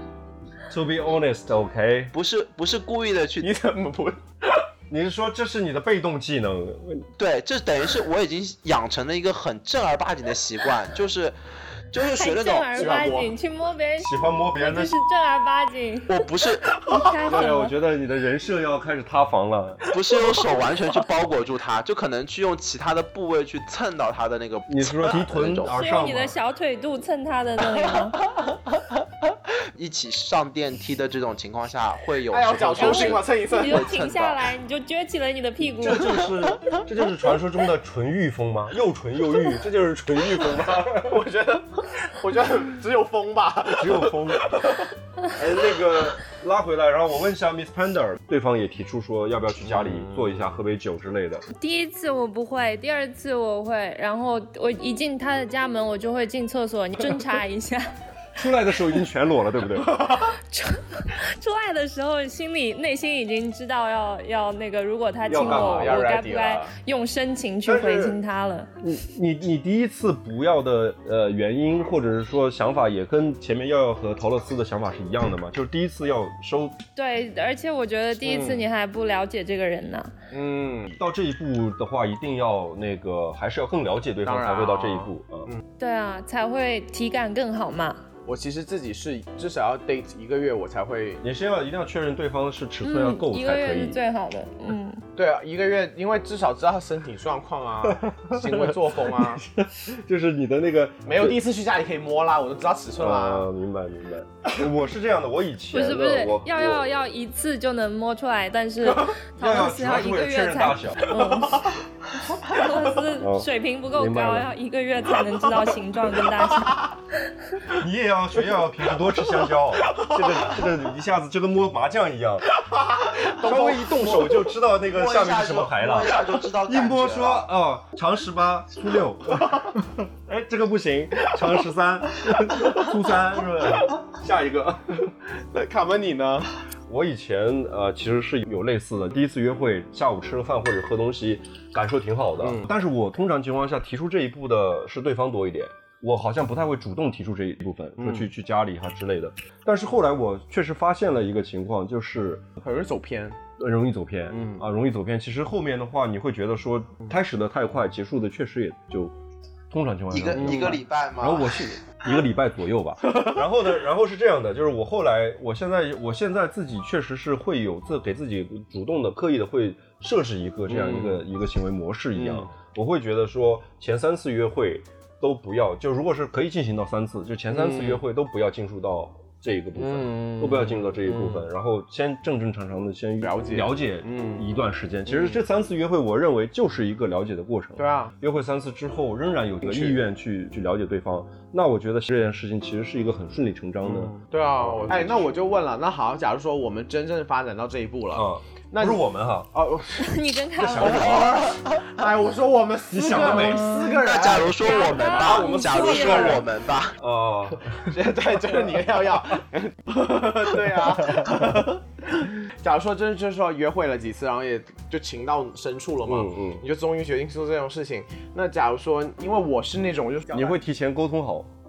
Speaker 5: To be honest, OK？
Speaker 2: 不是不是故意的去，
Speaker 7: 你怎么不？
Speaker 5: 你是说这是你的被动技能？
Speaker 2: 对，这等于是我已经养成了一个很正儿八经的习惯，就是就是学那种
Speaker 6: 正儿八经去摸别人，
Speaker 5: 喜欢摸别人的，
Speaker 6: 就是正儿八经。
Speaker 2: 我不是，
Speaker 5: 对，我觉得你的人设要开始塌房了。
Speaker 2: 不是用手完全去包裹住它，就可能去用其他的部位去蹭到它的那个。
Speaker 5: 你是说提臀而上吗？
Speaker 6: 是用你的小腿肚蹭它的那里吗？
Speaker 2: 一起上电梯的这种情况下，会有
Speaker 7: 哎呀，脚抽筋了，蹭一蹭，
Speaker 6: 你就停下来，你就撅起了你的屁股。
Speaker 5: 这就是这就是传说中的纯欲风吗？又纯又欲，这就是纯欲风吗？
Speaker 7: 我觉得，我觉得只有风吧，
Speaker 5: 只有风。哎，那个拉回来，然后我问一下 Miss Panda， 对方也提出说要不要去家里坐一下，喝杯酒之类的。
Speaker 6: 第一次我不会，第二次我会，然后我一进他的家门，我就会进厕所侦查一下。
Speaker 5: 出来的时候已经全裸了，对不对？
Speaker 6: 出出来的时候，心里内心已经知道要要那个，如果他亲我，我该不该用深情去回亲他了？
Speaker 5: 你你你第一次不要的呃原因，或者是说想法，也跟前面耀耀和陶乐斯的想法是一样的嘛？就是第一次要收。对，
Speaker 6: 而且我觉得第一次你还不了解这个人呢。
Speaker 5: 嗯，到这一步的话，一定要那个还是要更了解对方才会到这一步啊。
Speaker 6: 嗯，对啊，才会体感更好嘛。
Speaker 7: 我其实自己是至少要 date 一个月，我才会。
Speaker 5: 你先要一定要确认对方是尺寸要够才可以。嗯、
Speaker 6: 一个月是最好的。嗯，
Speaker 7: 对啊，一个月，因为至少知道他身体状况啊，行为作风啊。
Speaker 5: 就是你的那个
Speaker 7: 没有第一次去家里可以摸啦，我都知道尺寸啦。
Speaker 5: 啊，明白明白。我是这样的，我以前
Speaker 6: 不是不是要要要一次就能摸出来，但是陶乐斯要一个月才。嗯，陶乐斯水平不够高，要一个月才能知道形状跟大小。
Speaker 5: 你也要学要平时多吃香蕉，这个这个一下子就跟摸麻将一样，稍微一动手就知道那个下面是什么牌了，
Speaker 2: 摸一下就知道。
Speaker 5: 一摸说哦，长十八，粗六，哎，这个不行，长十三，粗三，是不是？下一个，
Speaker 7: 那卡门你呢？
Speaker 5: 我以前呃其实是有类似的，第一次约会下午吃个饭或者喝东西，感受挺好的。嗯、但是我通常情况下提出这一步的是对方多一点，我好像不太会主动提出这一部分，说去、嗯、去家里哈之类的。但是后来我确实发现了一个情况，就是
Speaker 7: 很容易走偏，
Speaker 5: 容易走偏，嗯啊，容易走偏。其实后面的话，你会觉得说开始的太快，结束的确实也就。通常情况下
Speaker 2: 一个一个礼拜吗？
Speaker 5: 然后我是一个礼拜左右吧。然后呢，然后是这样的，就是我后来，我现在我现在自己确实是会有自给自己主动的、刻意的会设置一个这样一个、嗯、一个行为模式一样、嗯。我会觉得说前三次约会都不要，就如果是可以进行到三次，就前三次约会都不要进入到这一个部分、嗯，都不要进入到这一部分，嗯、然后先正正常常的先
Speaker 7: 了解
Speaker 5: 了解一段时间、嗯。其实这三次约会，我认为就是一个了解的过程。
Speaker 7: 对啊，
Speaker 5: 约会三次之后，仍然有这个意愿去去了解对方，那我觉得这件事情其实是一个很顺理成章的。
Speaker 7: 嗯、对啊，哎，那我就问了，那好，假如说我们真正发展到这一步了，
Speaker 5: 嗯，那不是我们哈，
Speaker 7: 哦，
Speaker 6: 你跟他
Speaker 5: 想什么？
Speaker 7: 哎，我说我们四个，
Speaker 5: 想美
Speaker 7: 四个人。
Speaker 2: 那假如说我们吧，我们假如说我们吧，
Speaker 5: 哦，
Speaker 7: 对，就是你要要，对啊。假如说真就是说约会了几次，然后也就情到深处了嘛，嗯嗯，你就终于决定做这种事情。那假如说，因为我是那种就是
Speaker 5: 你会提前沟通好。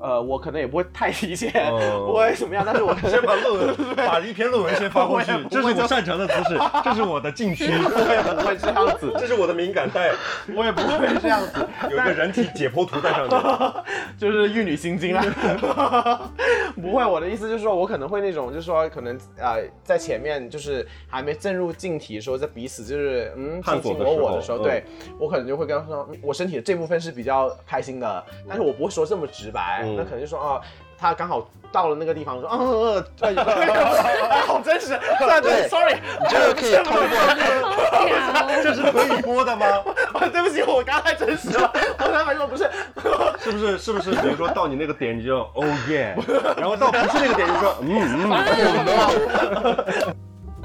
Speaker 7: 呃，我可能也不会太提前，
Speaker 5: 哦、
Speaker 7: 不会怎么样，但是我
Speaker 5: 先把论文，把一篇论文先发过去，这是我擅长的姿势，这是我的禁区，
Speaker 7: 我也不会这样子，
Speaker 5: 这是我的敏感带，
Speaker 7: 我也不会这样子，
Speaker 5: 有一个人体解剖图在上面，
Speaker 7: 就是玉女心经啦。不会，我的意思就是说我可能会那种，就是说可能呃在前面就是还没正入正题，说在彼此就是嗯卿卿我我的时候，对、嗯、我可能就会跟他说，我身体的这部分是比较开心的，但是我不会说这么直白，嗯、那可能就说哦。他刚好到了那个地方，说嗯嗯嗯，对，好真实，对 ，sorry，
Speaker 2: 你这个可以通过，
Speaker 5: 这是可以播的吗？
Speaker 7: 对不起，我刚才真实了，我刚才说不是，
Speaker 5: 是不是？是不是？比如说到你那个点，你就 oh yeah， 然后到不是那个点，就说嗯
Speaker 7: 嗯，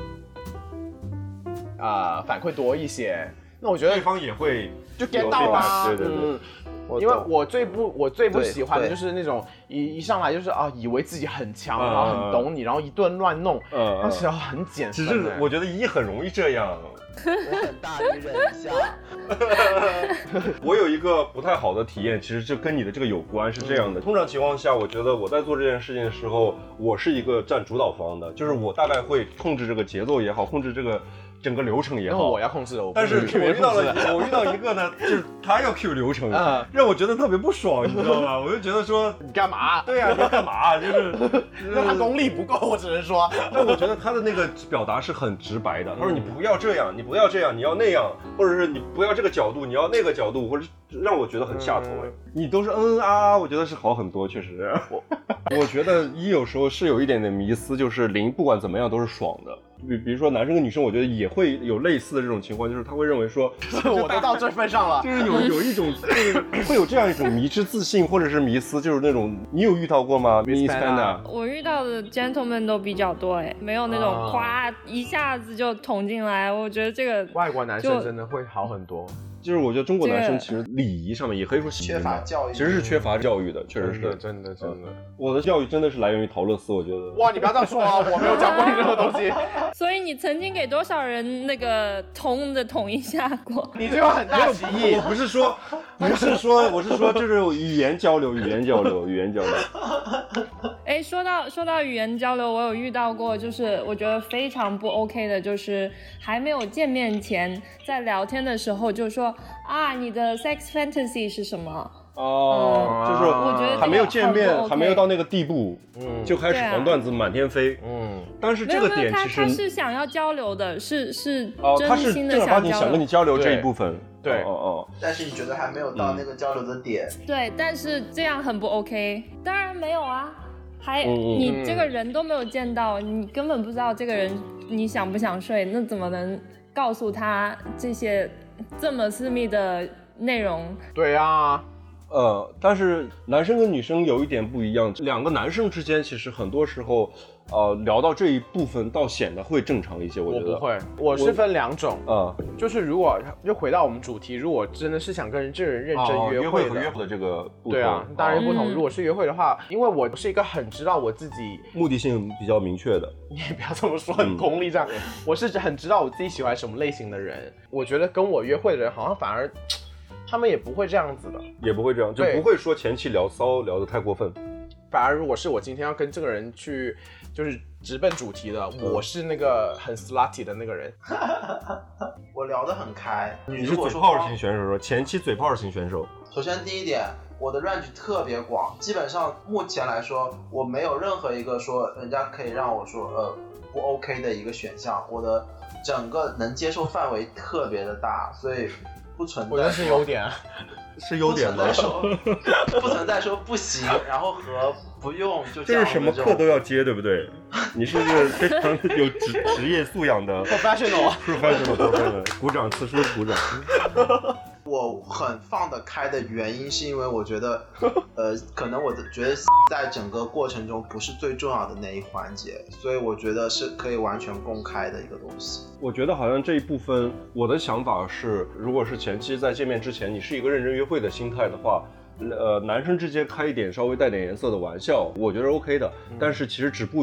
Speaker 7: 啊，反馈多一些，那我觉得
Speaker 5: 对方也会
Speaker 7: 就 get 到啊，
Speaker 5: 对对对。嗯
Speaker 7: 因为我最不我最不喜欢的就是那种一一上来就是啊，以为自己很强，然后很懂你，然后一顿乱弄，嗯，那其实很减分。
Speaker 5: 其实我觉得一很容易这样。
Speaker 2: 我很大，你忍一下。
Speaker 5: 我有一个不太好的体验，其实就跟你的这个有关，是这样的。通常情况下，我觉得我在做这件事情的时候，我是一个占主导方的，就是我大概会控制这个节奏也好，控制这个整个流程也好。
Speaker 7: 我要控制的，我
Speaker 5: 但是我遇到了，我遇到一个呢，就是他要 Q 流程，嗯、让我觉得特别不爽，你知道吗？我就觉得说
Speaker 7: 你干嘛？
Speaker 5: 对呀、啊，你要干嘛？就是
Speaker 7: 那他功力不够，我只能说。
Speaker 5: 但我觉得他的那个表达是很直白的，他说你不要这样，你不要这样，你要那样，或者是你不要这个角度，你要那个角度，或者让我觉得很下头。嗯、你都是嗯啊，我觉得是好很多，确实。我我觉得一有时候是有一点点迷思，就是零不管怎么样都是爽的。比比如说男生跟女生，我觉得也会有类似的这种情况，就是他会认为说，
Speaker 7: 我都到这份上了，
Speaker 5: 就是有有一种就是会有这样一种迷之自信或者是迷思，就是那种你有遇到过吗 ？Miss Panda，
Speaker 6: 我遇到的 gentleman 都比较多哎，没有那种夸一下子就捅进来，我觉得这个
Speaker 7: 外国男生真的会好很多。
Speaker 5: 就是我觉得中国男生其实礼仪上面也可以说
Speaker 2: 缺乏教育，
Speaker 5: 其实是缺乏教育的，确实是
Speaker 7: 真的真的。
Speaker 5: 我的教育真的是来源于陶乐斯，我觉得。
Speaker 7: 哇，你不要这样说啊！我没有讲过你任何东西。
Speaker 6: 所以你曾经给多少人那个通的捅一下过？
Speaker 7: 你这个很大歧义。
Speaker 5: 我不是说，不是说，我是说，就是语言交流，语言交流，语言交流。
Speaker 6: 哎，说到说到语言交流，我有遇到过，就是我觉得非常不 OK 的，就是还没有见面前，在聊天的时候就说啊，你的 sex fantasy 是什么？
Speaker 5: 哦、嗯，就是
Speaker 6: 我觉得
Speaker 5: 还没有见面，
Speaker 6: OK、
Speaker 5: 还没有到那个地步，嗯，就开始传段子满天飞，嗯。但是这个点其实
Speaker 6: 他是想要交流的，是是
Speaker 5: 哦，他是
Speaker 6: 真心的
Speaker 5: 正儿八经
Speaker 6: 想
Speaker 5: 想跟你交流这一部分，
Speaker 7: 对，
Speaker 5: 哦哦。
Speaker 2: 但是你觉得还没有到那个交流的点，
Speaker 6: 嗯、对，但是这样很不 OK。当然没有啊。还、
Speaker 5: 嗯、
Speaker 6: 你这个人都没有见到，你根本不知道这个人你想不想睡，那怎么能告诉他这些这么私密的内容？
Speaker 7: 对啊，
Speaker 5: 呃，但是男生跟女生有一点不一样，两个男生之间其实很多时候，呃，聊到这一部分倒显得会正常一些。我觉得
Speaker 7: 我不会，我是分两种，
Speaker 5: 啊、呃，
Speaker 7: 就是如果就回到我们主题，如果真的是想跟这人认真约
Speaker 5: 会的，哦、约会和约会的这个不同，
Speaker 7: 对啊，当然不同。嗯、如果是约会的话，因为我是一个很知道我自己
Speaker 5: 目的性比较明确的，
Speaker 7: 你也不要这么说，很功利这样。嗯、我是很知道我自己喜欢什么类型的人，我觉得跟我约会的人好像反而。他们也不会这样子的，
Speaker 5: 也不会这样，就不会说前期聊骚聊得太过分。
Speaker 7: 反而如果是我今天要跟这个人去，就是直奔主题的，嗯、我是那个很 slutty 的那个人。
Speaker 2: 我聊得很开。
Speaker 5: 你是嘴炮型选手，说前期嘴炮型选手。
Speaker 2: 首先第一点，我的 range 特别广，基本上目前来说，我没有任何一个说人家可以让我说呃不 OK 的一个选项，我的整个能接受范围特别的大，所以。不存在，
Speaker 7: 我觉得是优点，
Speaker 5: 是优点吗？
Speaker 2: 不存在说，不存在说不行，然后和不用就
Speaker 5: 这是什么课都要接，对不对？你是不是非常有职职业素养的
Speaker 7: professional
Speaker 5: professional professional？ 鼓掌，此处鼓掌。
Speaker 2: 我很放得开的原因是因为我觉得，呃，可能我的觉得在整个过程中不是最重要的那一环节，所以我觉得是可以完全公开的一个东西。
Speaker 5: 我觉得好像这一部分，我的想法是，如果是前期在见面之前，你是一个认真约会的心态的话，呃，男生之间开一点稍微带点颜色的玩笑，我觉得 OK 的。嗯、但是其实止步于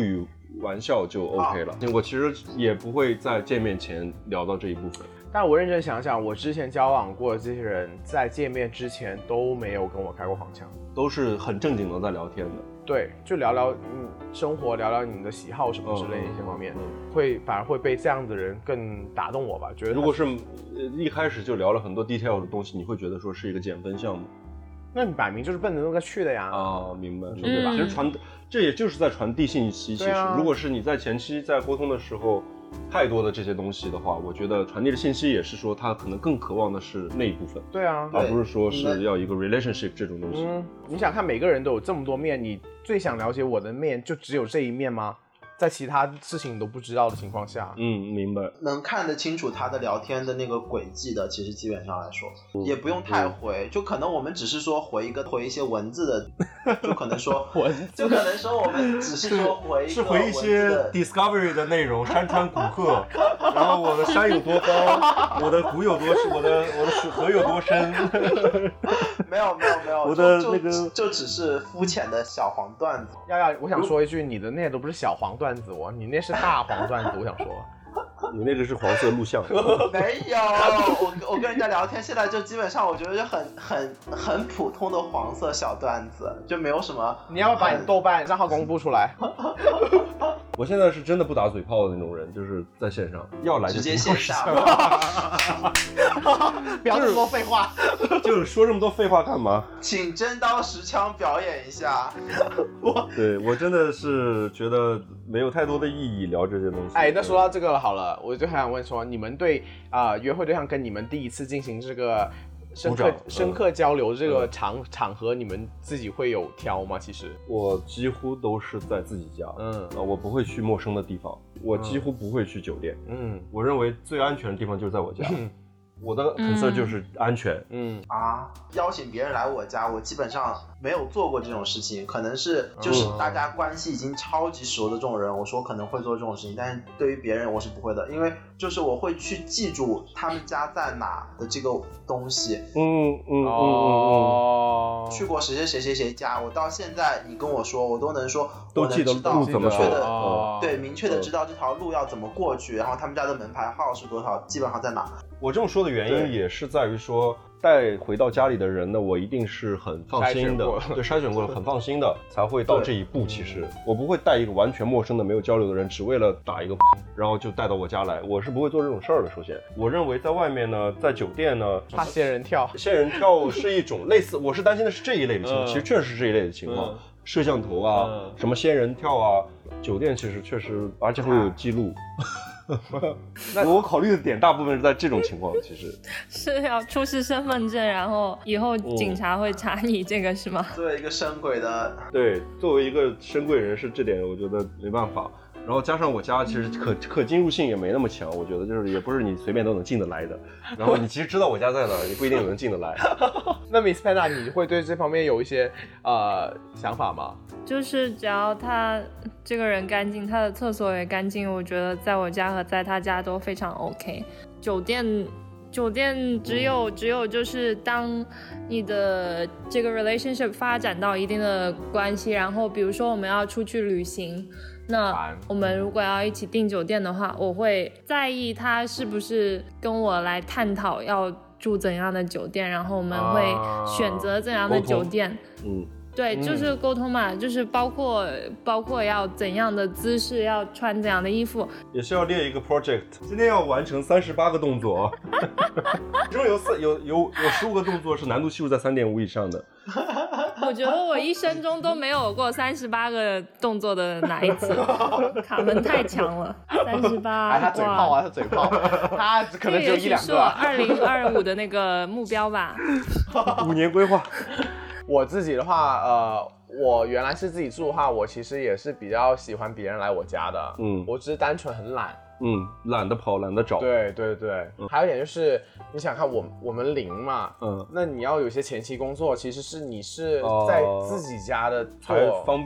Speaker 5: 玩笑就 OK 了。我其实也不会在见面前聊到这一部分。
Speaker 7: 但我认真想想，我之前交往过的这些人，在见面之前都没有跟我开过黄腔，
Speaker 5: 都是很正经的在聊天的。
Speaker 7: 对，就聊聊嗯生活，聊聊你的喜好什么之类的一些方面，嗯嗯、会反而会被这样的人更打动我吧。觉得
Speaker 5: 如果是一开始就聊了很多 detail 的东西，你会觉得说是一个减分项目。
Speaker 7: 那你摆明就是奔着那个去的呀。
Speaker 5: 啊，明白，
Speaker 7: 对吧？
Speaker 5: 其实传这也就是在传递信息。其实、
Speaker 7: 啊、
Speaker 5: 如果是你在前期在沟通的时候。太多的这些东西的话，我觉得传递的信息也是说，他可能更渴望的是那一部分。
Speaker 7: 对啊，
Speaker 5: 而不是说是要一个 relationship 这种东西。
Speaker 7: 嗯，你想看每个人都有这么多面，你最想了解我的面就只有这一面吗？在其他事情你都不知道的情况下，
Speaker 5: 嗯，明白。
Speaker 2: 能看得清楚他的聊天的那个轨迹的，其实基本上来说、嗯、也不用太回、嗯，就可能我们只是说回一个回一些文字的，就可能说
Speaker 7: 文字，
Speaker 2: 就可能说我们只是说回一个
Speaker 5: 是回一些 discovery 的内容，山川古壑，然后我的山有多高，我的谷有多深，我的我的河有多深。
Speaker 2: 没有没有没有，
Speaker 5: 我的那个
Speaker 2: 就, 就只是肤浅的小黄段子。
Speaker 7: 耀耀，我想说一句，你的那都不是小黄段子哦，你那是大黄段子。我想说，
Speaker 5: 你那个是黄色录像。
Speaker 2: 没有，我我跟人家聊天，现在就基本上我觉得就很很很普通的黄色小段子，就没有什么。
Speaker 7: 你要不要把你豆瓣账号公布出来？
Speaker 5: 我现在是真的不打嘴炮的那种人，就是在线上要来就
Speaker 2: 直接线下。
Speaker 7: 不要这么多废话，
Speaker 5: 就是说这么多废话干嘛？
Speaker 2: 请真刀实枪表演一下。
Speaker 5: 我对我真的是觉得没有太多的意义聊这些东西。
Speaker 7: 哎，那说到这个好了，我就很想问说，你们对啊、呃、约会对象跟你们第一次进行这个深刻深刻交流这个场、嗯、场合，你们自己会有挑吗？其实
Speaker 5: 我几乎都是在自己家，嗯啊，我不会去陌生的地方，我几乎不会去酒店，嗯，我认为最安全的地方就是在我家。嗯我的 concern 就是安全。
Speaker 7: 嗯
Speaker 2: 啊，邀请别人来我家，我基本上没有做过这种事情，可能是就是大家关系已经超级熟的这种人，我说可能会做这种事情，但是对于别人我是不会的，因为就是我会去记住他们家在哪的这个东西。
Speaker 5: 嗯嗯嗯
Speaker 2: 哦，去过谁谁谁谁谁家，我到现在你跟我说，我都能说，
Speaker 5: 都记得路怎么
Speaker 2: 确的、哦，对，明确的知道这条路要怎么过去，然后他们家的门牌号是多少，基本上在哪。
Speaker 5: 我这么说的原因也是在于说，带回到家里的人呢，我一定是很放心的，对，筛选过了，很放心的才会到这一步。其实我不会带一个完全陌生的、没有交流的人，只为了打一个，然后就带到我家来，我是不会做这种事儿的。首先，我认为在外面呢，在酒店呢，
Speaker 7: 怕仙人跳，
Speaker 5: 仙人跳是一种类似，我是担心的是这一类的情况，嗯、其实确实是这一类的情况，嗯、摄像头啊、嗯，什么仙人跳啊，酒店其实确实，而且会有记录。那我考虑的点大部分是在这种情况，其实
Speaker 6: 是要出示身份证，然后以后警察会查你这个是吗？
Speaker 2: 作为一个深柜的，
Speaker 5: 对，作为一个深柜人士，这点我觉得没办法。然后加上我家其实可可进入性也没那么强，我觉得就是也不是你随便都能进得来的。然后你其实知道我家在哪，你不一定能进得来。
Speaker 7: 那 Miss Panda， 你会对这方面有一些呃想法吗？
Speaker 6: 就是只要他这个人干净，他的厕所也干净，我觉得在我家和在他家都非常 OK。酒店酒店只有、嗯、只有就是当你的这个 relationship 发展到一定的关系，然后比如说我们要出去旅行。那我们如果要一起订酒店的话，我会在意他是不是跟我来探讨要住怎样的酒店，然后我们会选择怎样的酒店。
Speaker 5: 嗯，
Speaker 6: 对，就是沟通嘛，嗯、就是包括包括要怎样的姿势，要穿怎样的衣服，
Speaker 5: 也是要列一个 project。今天要完成三十八个动作，其中有四有有有十五个动作是难度系数在三点五以上的。
Speaker 6: 我觉得我一生中都没有过三十八个动作的哪一次，卡门太强了，三十八。
Speaker 7: 哎，他嘴炮啊，他嘴炮，他可能只有一两个。
Speaker 6: 这也许是我二零二五的那个目标吧。
Speaker 5: 五年规划。
Speaker 7: 我自己的话，呃，我原来是自己住的话，我其实也是比较喜欢别人来我家的。嗯，我只是单纯很懒。
Speaker 5: 嗯，懒得跑，懒得找。
Speaker 7: 对对对，嗯、还有一点就是，你想看我我们零嘛，嗯，那你要有些前期工作，其实是你是在自己家的做、
Speaker 5: 呃、才方便。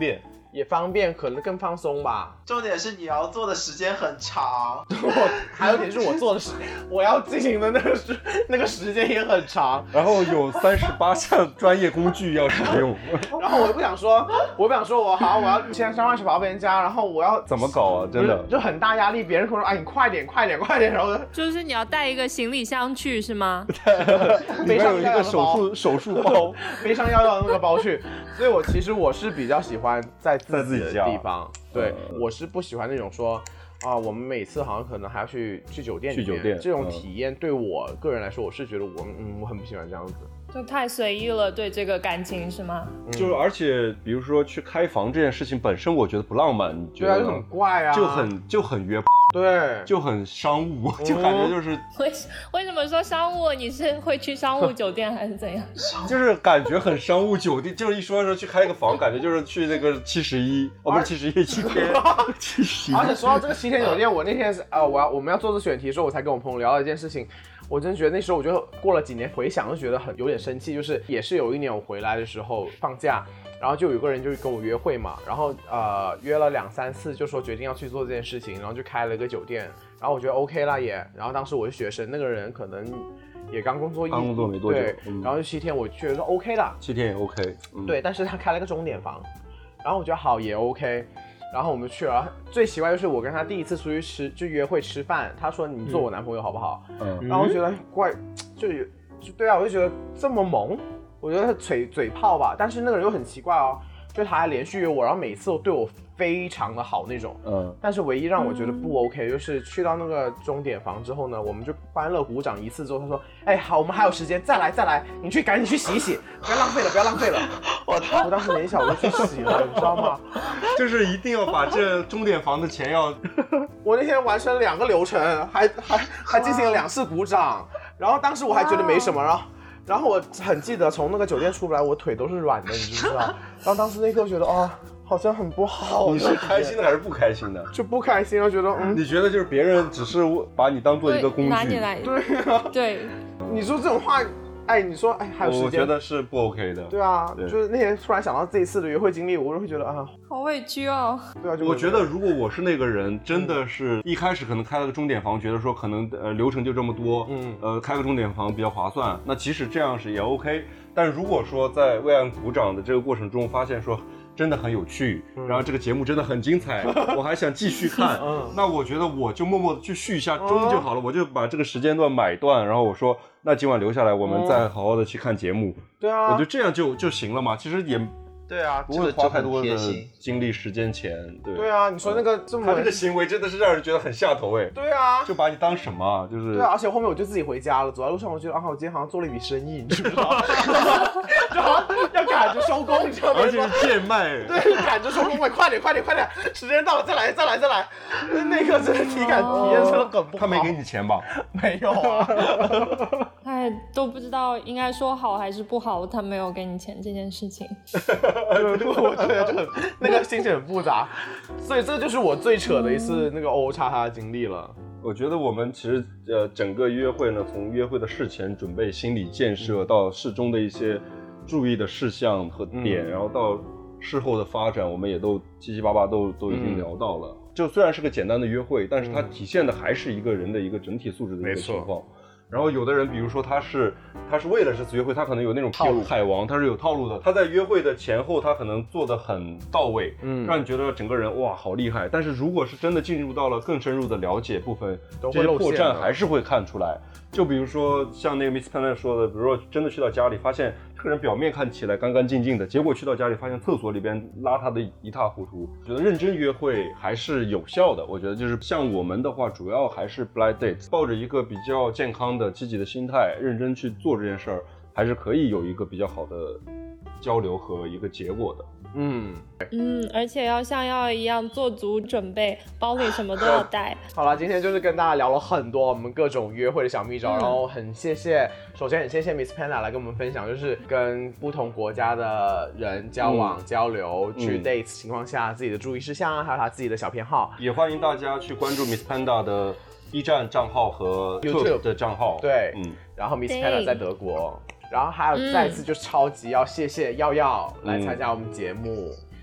Speaker 7: 也方便，可能更放松吧。
Speaker 2: 重点是你要做的时间很长，
Speaker 7: 我还有一点是我做的时，我要进行的那个时那个时间也很长，
Speaker 5: 然后有三十八项专业工具要使用，
Speaker 7: 然后我又不想说，我不想说我好，我要现在上万小跑别人家，然后我要
Speaker 5: 怎么搞啊？真的
Speaker 7: 就很大压力，别人跟我说，哎，你快点，快点，快点，然后
Speaker 6: 就是你要带一个行李箱去是吗？
Speaker 5: 里面有一个手术手术包，
Speaker 7: 背上要要的那个包去，所以我其实我是比较喜欢在自己的地方，对、嗯、我是不喜欢那种说。啊，我们每次好像可能还要去去酒店里面，
Speaker 5: 去酒店
Speaker 7: 这种体验对我个人来说，我是觉得我嗯我很不喜欢这样子，
Speaker 6: 就太随意了，对这个感情是吗？
Speaker 5: 嗯、就是而且比如说去开房这件事情本身，我觉得不浪漫，你觉得
Speaker 7: 对啊，就很怪啊，
Speaker 5: 就很就很约，
Speaker 7: 对，
Speaker 5: 就很商务，就感觉就是
Speaker 6: 为为什么说商务？你是会去商务酒店还是怎样？
Speaker 5: 就是感觉很商务酒店，就是一说说去开个房，感觉就是去那个七十一，哦不是七十一七天，七十一。
Speaker 7: 而且说到这个七天酒店，我那天是呃我要我们要做这选题的时候，我才跟我朋友聊了一件事情。我真觉得那时候，我就过了几年回想，就觉得很有点生气。就是也是有一年我回来的时候放假，然后就有个人就跟我约会嘛，然后呃约了两三次，就说决定要去做这件事情，然后就开了一个酒店，然后我觉得 OK 啦也，然后当时我是学生，那个人可能也刚工作一
Speaker 5: 刚工作没多久，
Speaker 7: 对，嗯、然后就七天我觉得说 OK 啦，
Speaker 5: 七天也 OK，、嗯、
Speaker 7: 对，但是他开了个钟点房，然后我觉得好也 OK。然后我们去了，最奇怪就是我跟他第一次出去吃，就约会吃饭，他说你做我男朋友好不好？嗯，然后我觉得怪，就有，就对啊，我就觉得这么萌，我觉得嘴嘴炮吧，但是那个人又很奇怪哦，就他还连续约我，然后每次都对我非常的好那种，嗯，但是唯一让我觉得不 OK，、嗯、就是去到那个钟点房之后呢，我们就欢乐鼓掌一次之后，他说，哎，好，我们还有时间，再来再来，你去赶紧去洗一洗，不要浪费了，不要浪费了。我我当时连小都去洗了，你知道吗？
Speaker 5: 就是一定要把这钟点房的钱要。
Speaker 7: 我那天完成了两个流程，还还还进行了两次鼓掌，然后当时我还觉得没什么，然后然后我很记得从那个酒店出不来，我腿都是软的，你知不知道？然后当时那刻觉得哦。好像很不好。
Speaker 5: 你是开心的还是不开心的？
Speaker 7: 就不开心，我觉得嗯。
Speaker 5: 你觉得就是别人只是把你当做一个工具，
Speaker 6: 拿你来，
Speaker 7: 对啊，
Speaker 6: 对。
Speaker 7: 你说这种话，哎，你说哎还有时间，
Speaker 5: 我觉得是不 OK 的。
Speaker 7: 对啊，对就是那天突然想到这一次的约会经历，我就会觉得啊，
Speaker 6: 好委屈哦。
Speaker 7: 对啊，就
Speaker 5: 我觉得如果我是那个人，真的是一开始可能开了个钟点房，觉得说可能呃流程就这么多，嗯，呃开个钟点房比较划算，那即使这样是也 OK。但如果说在为爱鼓掌的这个过程中，发现说。真的很有趣，嗯、然后这个节目真的很精彩，我还想继续看。嗯、那我觉得我就默默的去续一下钟就好了，嗯、我就把这个时间段买断，然后我说那今晚留下来，我们再好好的去看节目。
Speaker 7: 对啊，
Speaker 5: 我觉得这样就就行了嘛。其实也
Speaker 2: 对啊，
Speaker 5: 不会花太多的精力、时间、钱。对
Speaker 7: 对啊，你说那个这么
Speaker 5: 他这个行为真的是让人觉得很下头哎。
Speaker 7: 对啊，
Speaker 5: 就把你当什么？就是
Speaker 7: 对啊，而且后面我就自己回家了，走在路上我觉得啊，我今天好像做了一笔生意，你知不知道？就好像要赶着收工，你知道吗？
Speaker 5: 而且是贱卖，
Speaker 7: 对，赶着收工，快点快点快点，时间到了，再来再来再来。那刻真的体感体验真的很不好。
Speaker 5: 他没给你钱吧？
Speaker 7: 没有啊。
Speaker 6: 哎，都不知道应该说好还是不好，他没有给你钱这件事情。
Speaker 7: 我觉得就很那个心情很复杂，所以这就是我最扯的一次那个 O O 叉叉的经历了。
Speaker 5: 我觉得我们其实呃整个约会呢，从约会的事前准备、心理建设到事中的一些注意的事项和点，嗯、然后到事后的发展，我们也都七七八八都都已经聊到了。嗯、就虽然是个简单的约会，但是它体现的还是一个人的一个整体素质的一个情况。然后有的人，比如说他是他是为了这次约会，他可能有那种套路海王，他是有套路的。他在约会的前后，他可能做得很到位，嗯，让你觉得整个人哇好厉害。但是如果是真的进入到了更深入的了解部分，这些破绽还是会看出来。就比如说像那个 Miss Pan 说的，比如说真的去到家里，发现这个人表面看起来干干净净的，结果去到家里发现厕所里边邋遢的一塌糊涂。觉得认真约会还是有效的。我觉得就是像我们的话，主要还是 blind date， 抱着一个比较健康的积极的心态，认真去做这件事儿，还是可以有一个比较好的交流和一个结果的。嗯
Speaker 6: 嗯，而且要像药一样做足准备，包里什么都要带。
Speaker 7: 好了，今天就是跟大家聊了很多我们各种约会的小秘招，嗯、然后很谢谢，首先很谢谢 Miss Panda 来跟我们分享，就是跟不同国家的人交往、嗯、交流，去 date 情况下自己的注意事项啊，还有他自己的小偏好。
Speaker 5: 也欢迎大家去关注 Miss Panda 的B 站账号和 YouTube 的账号。
Speaker 7: 对，嗯，然后 Miss Panda 在德国。然后还有再次就超级要谢谢耀耀来参加我们节目，嗯、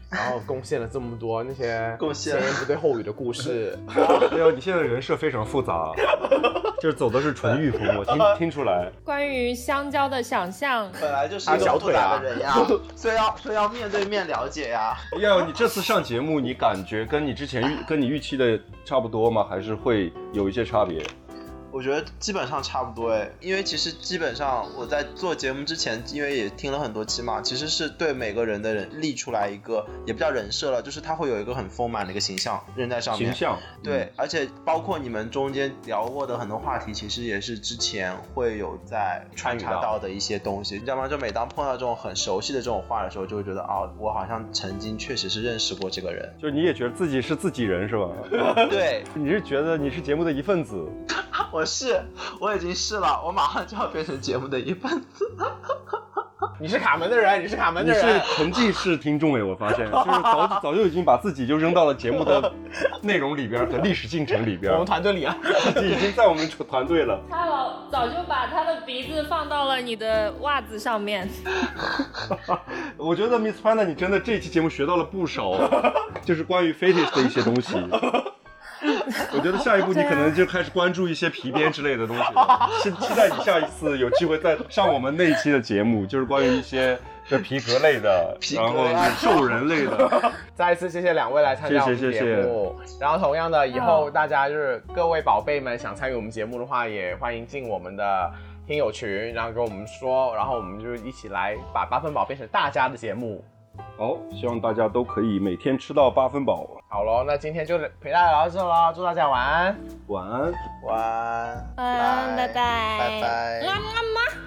Speaker 7: 然后贡献了这么多那些
Speaker 2: 贡献
Speaker 7: 前言不对后语的故事。
Speaker 5: 对啊，你现在人设非常复杂，就是走的是纯御风，我听听出来。
Speaker 6: 关于香蕉的想象，
Speaker 2: 本来就是一个复杂的人呀，所以要所以要面对面了解呀。
Speaker 5: 要你这次上节目，你感觉跟你之前预跟你预期的差不多吗？还是会有一些差别？
Speaker 2: 我觉得基本上差不多哎，因为其实基本上我在做节目之前，因为也听了很多期嘛，其实是对每个人的人立出来一个，也不叫人设了，就是他会有一个很丰满的一个形象扔在上面。
Speaker 5: 形象
Speaker 2: 对，
Speaker 5: 嗯、
Speaker 2: 而且包括你们中间聊过的很多话题，其实也是之前会有在穿插到的一些东西，你知道吗？就每当碰到这种很熟悉的这种话的时候，就会觉得哦，我好像曾经确实是认识过这个人。
Speaker 5: 就你也觉得自己是自己人是吧？
Speaker 2: 对，
Speaker 5: 你是觉得你是节目的一份子。
Speaker 2: 我是，我已经是了，我马上就要变成节目的一份子。
Speaker 7: 你是卡门的人，你是卡门的人，
Speaker 5: 你是沉浸式听众哎，我发现就是早早就已经把自己就扔到了节目的内容里边和历史进程里边。
Speaker 7: 我们团队里啊，
Speaker 5: 自己已经在我们团队了。
Speaker 6: 他老早就把他的鼻子放到了你的袜子上面。
Speaker 5: 我觉得 Miss Panda 你真的这一期节目学到了不少，就是关于 fetish 的一些东西。我觉得下一步你可能就开始关注一些皮鞭之类的东西了，期期待你下一次有机会再上我们那一期的节目，就是关于一些这皮革类的，然后兽人类的。
Speaker 7: 再一次谢谢两位来参加我们节目，
Speaker 5: 谢谢谢谢。
Speaker 7: 然后同样的，以后大家就是各位宝贝们想参与我们节目的话，也欢迎进我们的听友群，然后跟我们说，然后我们就一起来把八分饱变成大家的节目。
Speaker 5: 好，希望大家都可以每天吃到八分饱。
Speaker 7: 好咯，那今天就陪大家聊到这了，祝大家晚安，
Speaker 5: 晚安，
Speaker 2: 晚安，
Speaker 6: 晚安，拜拜，
Speaker 2: 拜拜。
Speaker 6: 么么么。